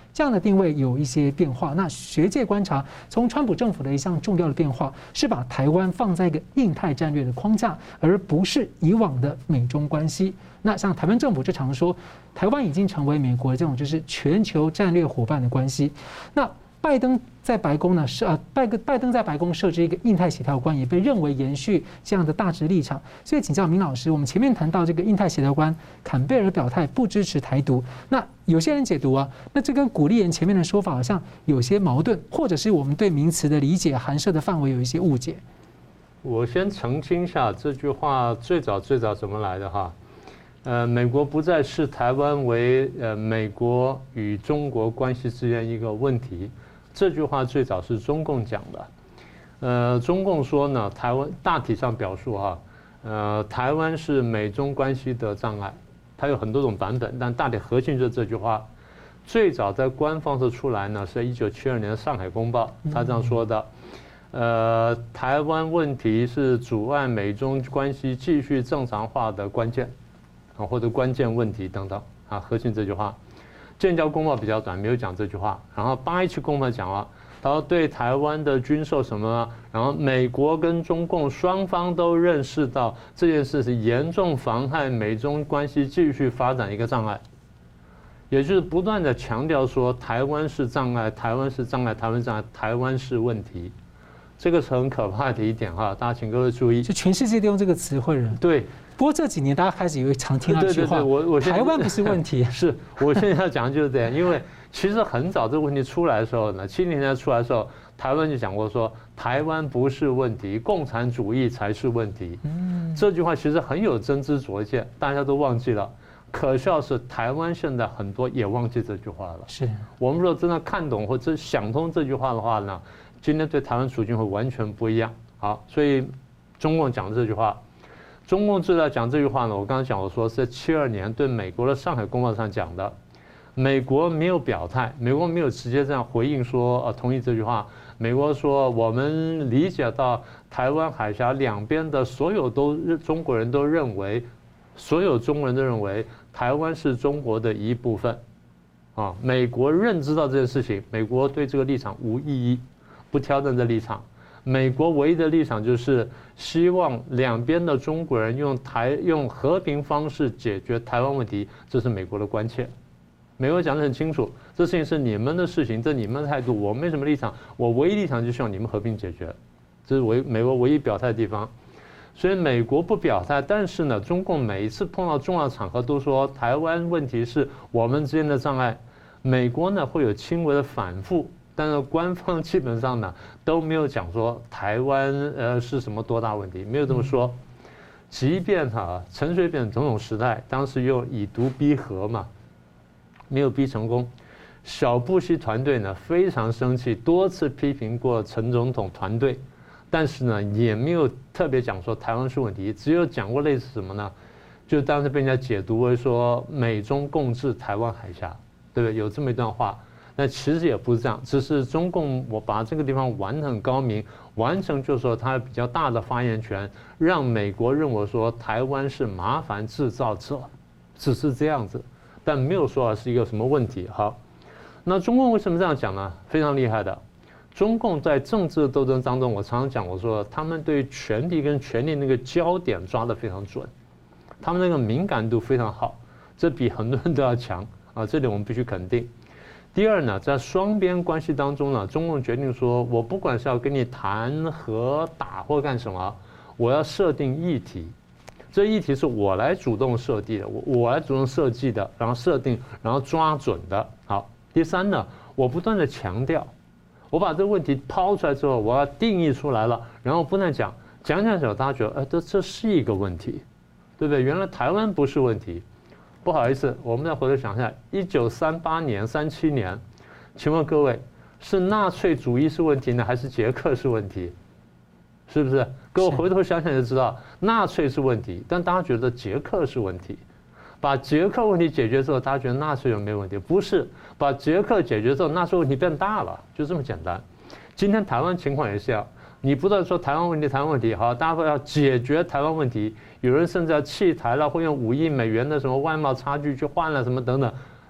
这样的定位有一些变化。那学界观察，从川普政府的一项重要的变化是把台湾放在一个印太战略的框架，而不是以往的美中关系。那像台湾政府就常说，台湾已经成为美国这种就是全球战略伙伴的关系。那拜登在白宫呢拜登在白宫设置一个印太协调官，也被认为延续这样的大致立场。所以请教明老师，我们前面谈到这个印太协调官坎贝尔表态不支持台独，那有些人解读啊，那这跟古立言前面的说法好像有些矛盾，或者是我们对名词的理解涵涉的范围有一些误解。 我先澄清一下，这句话最早怎么来的哈？美国不再视台湾为美国与中国关系之间一个问题。这句话最早是中共讲的。中共说呢，台湾大体上表述哈，台湾是美中关系的障碍。它有很多种版本，但大体核心就是这句话。最早在官方是出来呢，是在1972年的《上海公报》，他这样说的。台湾问题是阻碍美中关系继续正常化的关键，或者关键问题等等啊，核心这句话。建交公报比较短，没有讲这句话。然后817公报讲了，他说对台湾的军售什么，然后美国跟中共双方都认识到这件事是严重妨害美中关系继续发展一个障碍，也就是不断的强调说台湾是障碍，台湾是障碍，台湾障碍，台湾是问题。这个是很可怕的一点哈，大家请各位注意。 就全世界都用这个词汇了。 对。 不过这几年大家开始有常听到一句话，台湾不是问题。 是我现在要讲的就是这样，因为其实很早这个问题出来的时候呢，70年代出来的时候，台湾就讲过说，台湾不是问题，共产主义才是问题。这句话其实很有真知灼见，大家都忘记了。可笑是台湾现在很多也忘记这句话了。 是我们如果真的看懂或者想通这句话的话呢，今天对台湾处境会完全不一样。好，所以中共讲这句话。中共最早讲这句话呢，我刚刚讲，我说是在72年对美国的《上海公报》上讲的，美国没有表态，美国没有直接这样回应说同意这句话。美国说我们理解到台湾海峡两边的所有中国人都认为，所有中国人都认为台湾是中国的一部分，啊，美国认知到这件事情，美国对这个立场无异议，不挑战这立场。美国唯一的立场就是希望两边的中国人用和平方式解决台湾问题，这是美国的关切。美国讲得很清楚，这事情是你们的事情，这你们的态度，我没什么立场，我唯一立场就希望你们和平解决，这是美国唯一表态的地方。所以美国不表态，但是呢，中共每一次碰到重要场合都说台湾问题是我们之间的障碍，美国呢会有轻微的反复。但是官方基本上呢都没有讲说台湾是什么多大问题，没有这么说。即便陈水扁总统时代当时用以毒逼和嘛，没有逼成功。小布希团队呢非常生气，多次批评过陈总统团队，但是呢也没有特别讲说台湾是问题，只有讲过类似什么呢？就当时被人家解读为说美中共治台湾海峡，对不对？有这么一段话。那其实也不是这样，只是中共我把这个地方玩得很高明，完成就是说它比较大的发言权，让美国认为说台湾是麻烦制造者，只是这样子，但没有说是一个什么问题。好，那中共为什么这样讲呢？非常厉害的，中共在政治斗争当中，我常常讲，我说他们对权力跟权力那个焦点抓得非常准，他们那个敏感度非常好，这比很多人都要强啊，这点我们必须肯定。第二呢，在双边关系当中呢，中共决定说，我不管是要跟你谈和打或干什么，我要设定议题，这议题是我来主动设定的，我来主动设计的，然后设定，然后抓准的。好，第三呢，我不断的强调，我把这个问题抛出来之后，我要定义出来了，然后不断讲，大家觉得，这是一个问题，对不对？原来台湾不是问题。不好意思，我们再回头想一下，1938年、37年，请问各位，是纳粹主义是问题呢，还是捷克是问题？是不是？各位回头想想就知道，纳粹是问题，但大家觉得捷克是问题。把捷克问题解决之后，大家觉得纳粹有没有问题？不是，把捷克解决之后，纳粹问题变大了，就这么简单。今天台湾情况也是这样。你不断说台湾问题，台湾问题，好，大家会要解决台湾问题，有人甚至要弃台了，会用5亿美元的什么外贸差距去换了什么等等，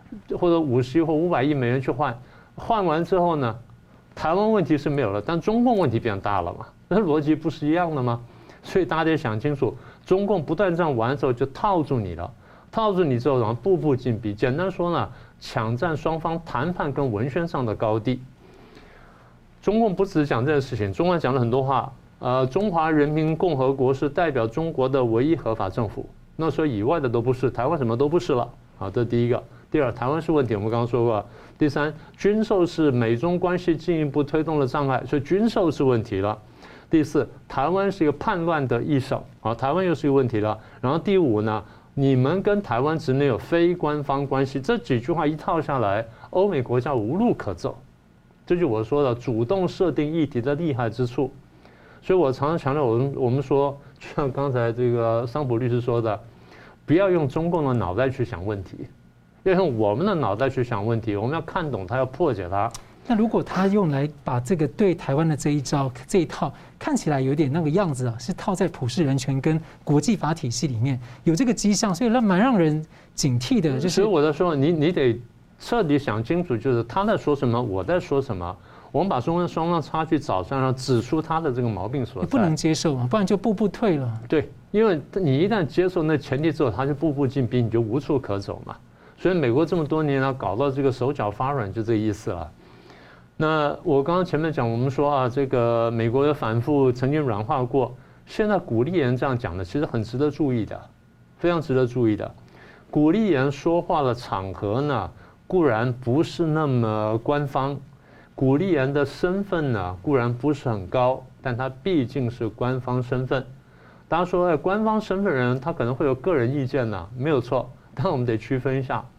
或者50亿或500亿美元去换，换完之后呢，台湾问题是没有了，但中共问题变大了嘛？那逻辑不是一样的吗？所以大家得想清楚，中共不断这样玩之后就套住你了，套住你之后然后步步紧逼。简单说呢，抢占双方谈判跟文宣上的高地。中共不只讲这件事情，中共讲了很多话。中华人民共和国是代表中国的唯一合法政府，那所以以外的都不是，台湾什么都不是了。好，这是第一个。第二，台湾是问题，我们刚刚说过。第三，军售是美中关系进一步推动的障碍，所以军售是问题了。第四，台湾是一个叛乱的一手，好，台湾又是一个问题了。然后第五呢，你们跟台湾之内有非官方关系，这几句话一套下来，欧美国家无路可走。这就我说的主动设定议题的厉害之处。所以我常常强调，我们说，就像刚才这个桑普律师说的，不要用中共的脑袋去想问题，要用我们的脑袋去想问题。我们要看懂它，要破解它。 那如果他用来把这个对台湾的这一招这一套看起来有点那个样子啊，是套在普世人权跟国际法体系里面，有这个迹象，所以蛮让人警惕的。就是， 所以我在说，你得彻底想清楚，就是他在说什么，我在说什么。我们把双方差距找出来，然后指出他的这个毛病所在。 不能接受嘛，不然就步步退了。 对，因为你一旦接受那前提之后，他就步步紧逼，你就无处可走嘛。所以美国这么多年搞到这个手脚发软，就这个意思了。那我刚刚前面讲，我们说啊，这个美国的反复曾经软化过，现在古立言这样讲的，其实很值得注意的，非常值得注意的。古立言说话的场合呢，固然不是那么官方。古立言的身份呢，固然不是很高，但他毕竟是官方身份。大家说，官方身份人他可能会有个人意见呢，没有错，但我们得区分一下。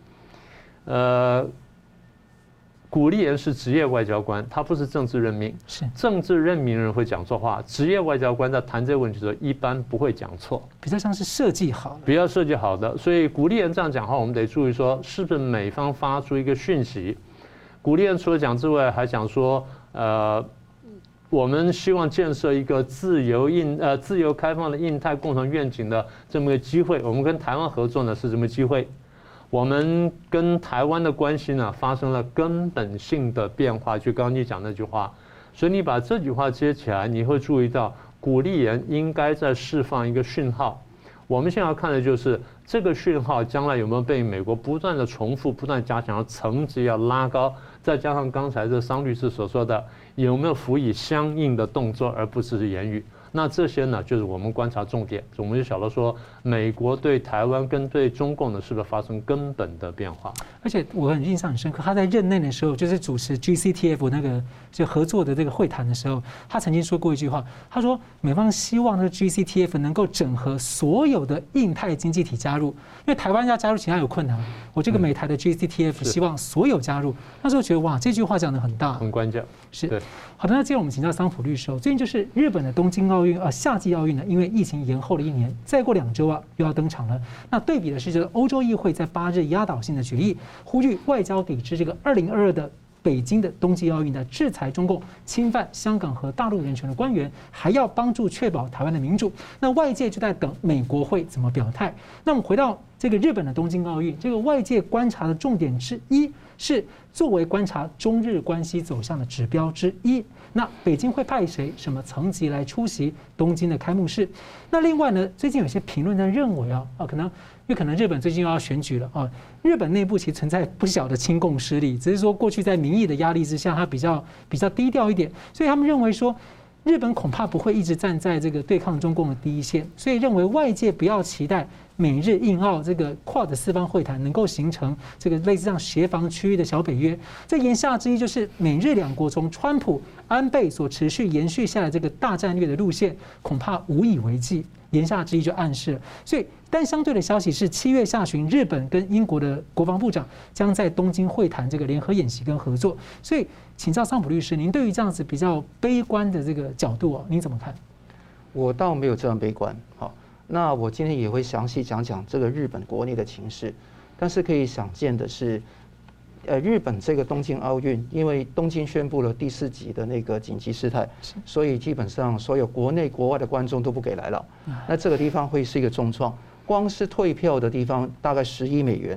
古立言是职业外交官，他不是政治任命。 是政治任命人会讲错话，职业外交官在谈这个问题的时候，一般不会讲错， 比较像是设计好的， 比较设计好的。所以古立言这样讲话，我们得注意说，是不是美方发出一个讯息。古立言除了讲之外，还讲说，我们希望建设一个自由开放的印太共同愿景的这么个机会。我们跟台湾合作呢是这么机会，我们跟台湾的关系呢发生了根本性的变化。就刚刚你讲那句话，所以你把这句话接起来，你会注意到古立言应该在释放一个讯号。我们现在要看的就是这个讯号将来有没有被美国不断的重复、不断加强，层级要拉高，再加上刚才这桑律师所说的，有没有辅以相应的动作，而不只是言语。那这些呢，就是我们观察重点。我们就晓得说，美国对台湾跟对中共呢，是不是发生根本的变化？ 而且我印象很深刻，他在任内的时候，就是主持 GCTF 那个就合作的这个会谈的时候，他曾经说过一句话，他说美方希望这个 GCTF 能够整合所有的印太经济体加入，因为台湾要加入其他有困难，我这个美台的 GCTF 希望所有加入。那时候觉得哇，这句话讲得很大， 很关键。 是好的，那接着我们请教桑普律师，最近就是日本的东京奥运夏季奥运呢，因为疫情延后了1年，再过2周又要登场了。那对比的是，这个欧洲议会在8日压倒性的决议，呼吁外交抵制这个2022的北京的冬季奥运的制裁中共侵犯香港和大陆人权的官员，还要帮助确保台湾的民主。那外界就在等美国会怎么表态。那我们回到这个日本的东京奥运，这个外界观察的重点之一是作为观察中日关系走向的指标之一。那北京会派谁、什么层级来出席东京的开幕式？那另外呢，最近有些评论在认为可能日本最近又要选举了日本内部其实存在不小的亲共势力，只是说过去在民意的压力之下，它比较低调一点，所以他们认为说，日本恐怕不会一直站在这个对抗中共的第一线，所以认为外界不要期待美日印澳这个Quad4方会谈能够形成这个类似像协防区域的小北约。这言下之意就是美日两国从川普、安倍所持续延续下来这个大战略的路线，恐怕无以为继。言下之意就暗示了。所以，但相对的消息是，7月下旬，日本跟英国的国防部长将在东京会谈这个联合演习跟合作。所以，请教桑普律师，您对于这样子比较悲观的这个角度您怎么看？ 我倒没有这样悲观。好，那我今天也会详细讲讲这个日本国内的情势。但是可以想见的是，日本这个东京奥运，因为东京宣布了第4级的那个紧急事态，所以基本上所有国内国外的观众都不给来了。那这个地方会是一个重创，光是退票的地方大概10亿美元，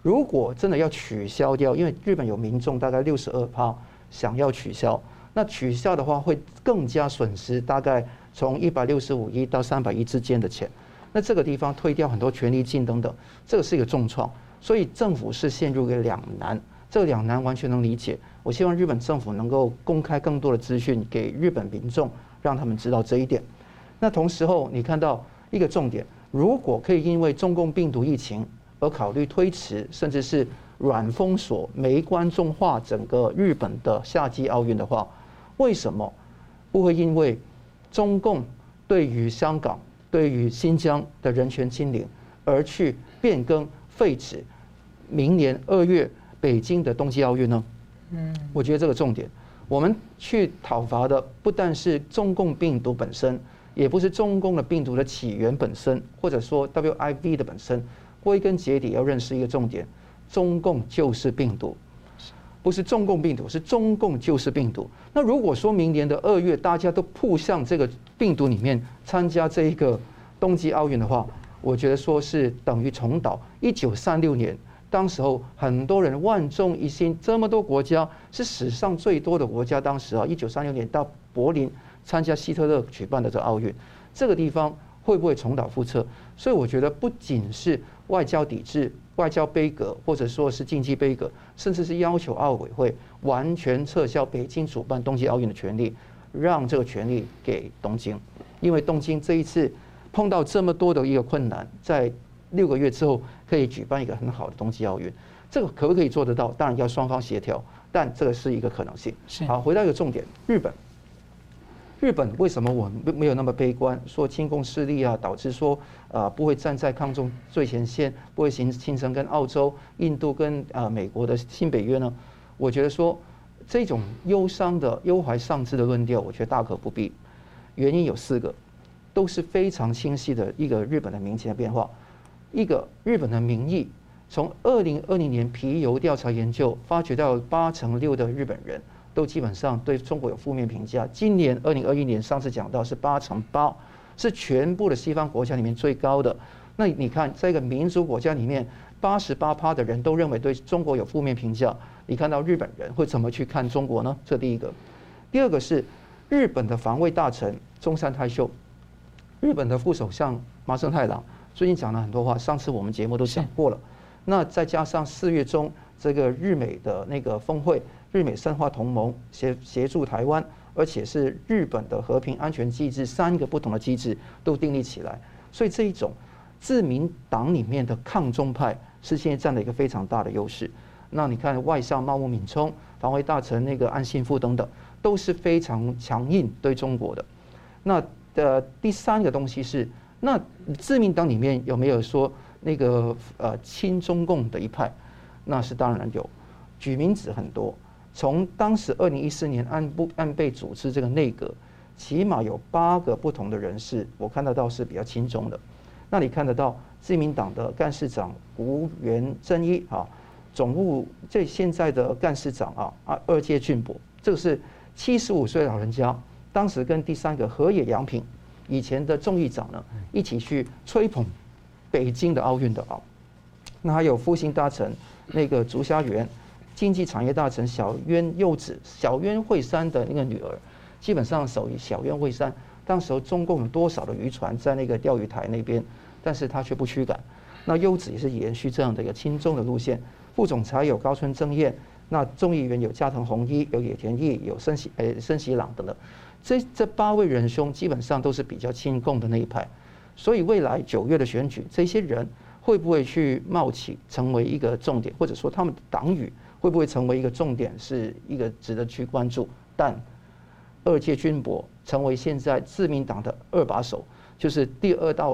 如果真的要取消掉，因为日本有民众大概62%想要取消，那取消的话会更加损失大概从165亿到300亿之间的钱。那这个地方退掉很多权利金等等，这个是一个重创，所以政府是陷入一个两难。这个两难完全能理解。我希望日本政府能够公开更多的资讯给日本民众，让他们知道这一点。那同时候，你看到一个重点，如果可以因为中共病毒疫情而考虑推迟，甚至是软封锁、没观众化整个日本的夏季奥运的话，为什么不会因为中共对于香港、对于新疆的人权清零而去变更废止明年2月北京的冬季奥运呢？我觉得这个重点，我们去讨伐的不但是中共病毒本身，也不是中共的病毒的起源本身，或者说 WIV 的本身。归根结底要认识一个重点，中共就是病毒，不是中共病毒，是中共就是病毒。那如果说明年的2月大家都扑向这个病毒里面参加这一个冬季奥运的话，我觉得说是等于重蹈1936年。当时候很多人万众一心，这么多国家是史上最多的国家。当时1936年到柏林参加希特勒举办的这奥运，这个地方会不会重蹈覆辙？所以我觉得不仅是外交抵制、外交杯葛，或者说是经济杯葛，甚至是要求奥委会完全撤销北京主办冬季奥运的权利，让这个权利给东京，因为东京这一次碰到这么多的一个困难，在6个月之后可以举办一个很好的冬季奥运，这个可不可以做得到？当然要双方协调，但这个是一个可能性。好，回到一个重点，日本为什么我没有那么悲观？说亲共势力导致说不会站在抗中最前线，不会形成跟澳洲、印度跟美国的新北约呢？我觉得说这种忧怀丧志的论调，我觉得大可不必。原因有4个，都是非常清晰的一个日本的民情的变化。一个日本的民意，从2020年皮尤调查研究发觉到86%的日本人都基本上对中国有负面评价。今年2021年上次讲到是8%，是全部的西方国家里面最高的。那你看这个民主国家里面，88%的人都认为对中国有负面评价。你看到日本人会怎么去看中国呢？这第一个。第二个是日本的防卫大臣中山泰秀，日本的副首相麻生太郎最近讲了很多话，上次我们节目都讲过了。那再加上4月中这个日美的那个峰会，日美深化同盟，协助台湾，而且是日本的和平安全机制3个不同的机制都订立起来，所以这一种自民党里面的抗中派是现在占了一个非常大的优势。那你看外相茂木敏充、防卫大臣那个岸信夫等等，都是非常强硬对中国的。那第3个东西是，那自民党里面有没有说那个亲中共的一派？那是当然有，举名子很多。从当时2014年安倍组织这个内阁，起码有8个不同的人士，我看得到是比较亲中的。那你看得到自民党的干事长吴元正一总务这现在的干事长二阶俊博，这个是75岁老人家，当时跟第3个河野洋平以前的众议长呢一起去吹捧北京的奥运的那还有复兴大臣那个竹虾园，经济产业大臣小渊佑子，小渊惠三的那个女儿，基本上属于小渊惠三。当时中共有多少的渔船在那个钓鱼台那边，但是他却不驱赶。那优子也是延续这样的一个亲中的路线。副总裁有高村正彦，那众议员有加藤弘一，有野田毅，有森喜朗等等。这8位仁兄基本上都是比较亲共的那一派。所以未来9月的选举，这些人会不会去冒起成为一个重点，或者说他们的党羽会不会成为一个重点，是一个值得去关注。但二阶俊博成为现在自民党的2把手，就是第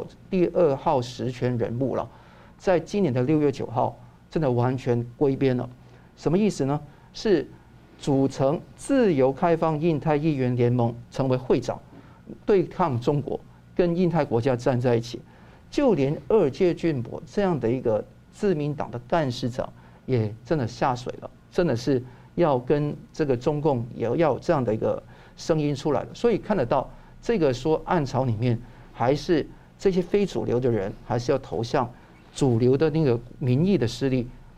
2号实权人物了。在今年的6月9号，真的完全归边了。什么意思呢？是组成自由开放印太议员联盟，成为会长，对抗中国，跟印太国家站在一起。就连二阶俊博这样的一个自民党的干事长，也真的下水了，真的是要跟这个中共也要有这样的一个声音出来了。所以看得到这个说暗潮里面，还是这些非主流的人，还是要投向主流的那个民意的势力，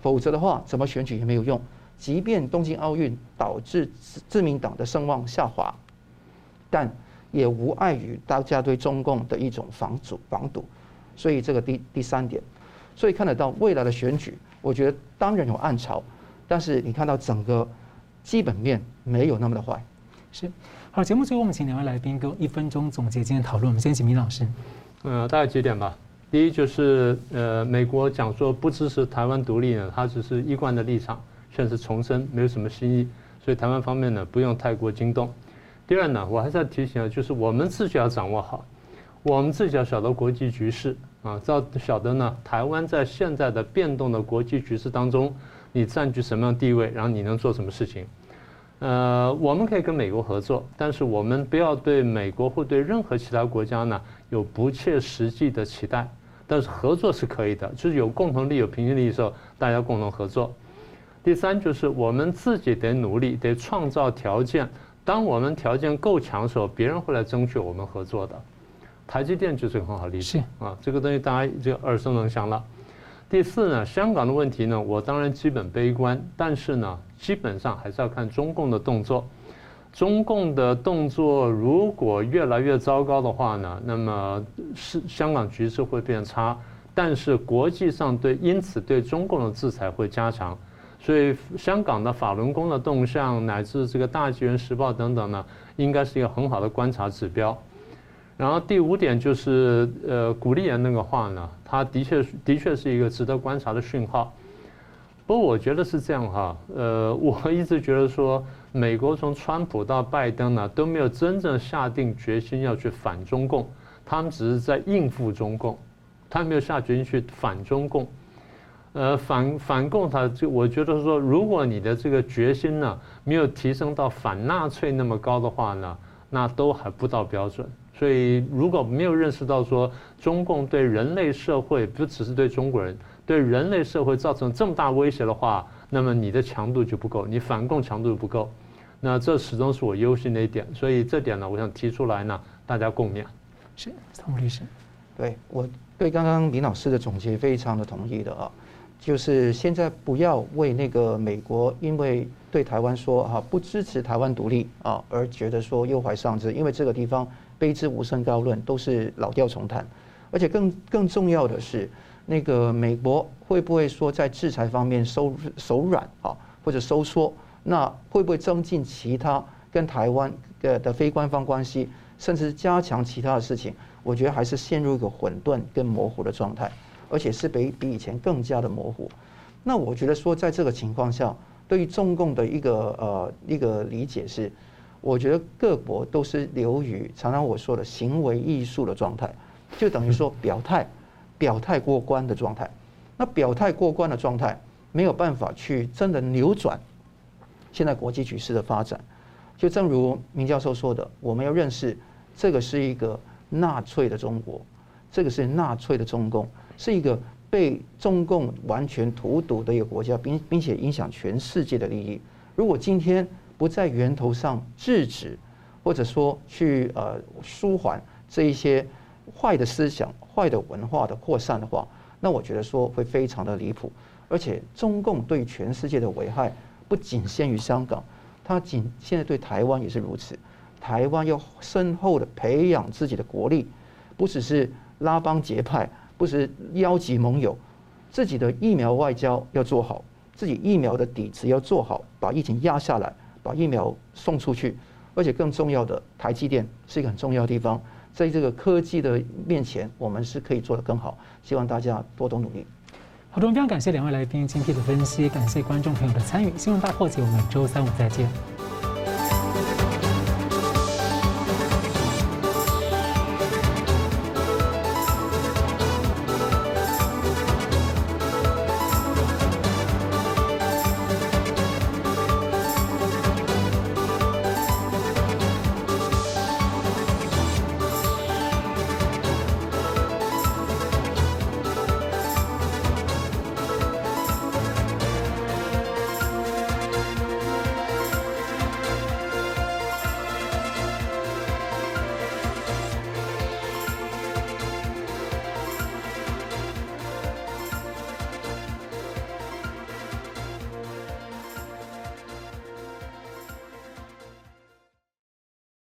否则的话，怎么选举也没有用。即便东京奥运导致自民党的声望下滑，但也无碍于大家对中共的一种防堵。所以这个第三点，所以看得到未来的选举，我觉得当然有暗潮，但是你看到整个基本面没有那么的坏。 是，好，节目最后我们请两位来宾给我1分钟总结今天的讨论。我们先请明老师。 大概几点吧。第一就是美国讲说不支持台湾独立呢，它只是一贯的立场，现在是重申，没有什么新意，所以台湾方面呢不用太过惊动。第二呢，我还是要提醒啊，就是我们自己要掌握好，我们自己要晓得国际局势啊，要晓得呢台湾在现在的变动的国际局势当中，你占据什么样的地位，然后你能做什么事情。我们可以跟美国合作，但是我们不要对美国或对任何其他国家呢有不切实际的期待。但是合作是可以的，就是有共同利益、有平行利益的时候，大家共同合作。第三就是我们自己得努力，得创造条件。当我们条件够强的时候，别人会来争取我们合作的。台积电就是个很好例子啊，这个东西大家就耳熟能详了。第四呢，香港的问题呢，我当然基本悲观，但是呢，基本上还是要看中共的动作。中共的动作如果越来越糟糕的话呢，那么香港局势会变差，但是国际上因此对中共的制裁会加强，所以香港的法轮功的动向乃至这个大纪元时报等等呢，应该是一个很好的观察指标。然后第5点就是古立言那个话呢，它的确是一个值得观察的讯号。不过我觉得是这样哈，我一直觉得说，美国从川普到拜登呢都没有真正下定决心要去反中共，他们只是在应付中共，他没有下决心去反中共。反共我觉得说，如果你的这个决心呢没有提升到反纳粹那么高的话呢，那都还不到标准。所以如果没有认识到说，中共对人类社会不只是对中国人，对人类社会造成这么大威胁的话，那么你的强度就不够，你反共强度不够。那这始终是我忧心的一点，所以这点呢，我想提出来呢，大家共勉。 是，汤姆律师。 对，我对刚刚明老师的总结非常的同意的啊，就是现在不要为那个美国因为对台湾说不支持台湾独立啊，而觉得说忧怀丧志，因为这个地方卑之无甚高论，都是老调重弹。而且更重要的是，那个美国会不会说在制裁方面手软啊，或者收缩？那会不会增进其他跟台湾的非官方关系，甚至加强其他的事情？我觉得还是陷入一个混沌跟模糊的状态，而且是比以前更加的模糊。那我觉得说，在这个情况下，对于中共的一个理解是，我觉得各国都是流于常常我说的行为艺术的状态，就等于说表态过关的状态。那表态过关的状态没有办法去真的扭转现在国际局势的发展。就正如明教授说的，我们要认识这个是一个纳粹的中国，这个是纳粹的中共，是一个被中共完全荼毒的一个国家，并且影响全世界的利益。如果今天不在源头上制止，或者说去舒缓这一些坏的思想、坏的文化的扩散的话，那我觉得说会非常的离谱。而且中共对全世界的危害不仅限于香港，它现在对台湾也是如此。台湾要深厚的培养自己的国力，不只是拉帮结派，不是邀集盟友，自己的疫苗外交要做好，自己疫苗的底子要做好，把疫情压下来，把疫苗送出去。而且更重要的，台积电是一个很重要的地方，在这个科技的面前，我们是可以做得更好。希望大家多多努力。 好的，非常感谢两位来宾精辟的分析，感谢观众朋友的参与。新闻大破解，我们周3、5再见。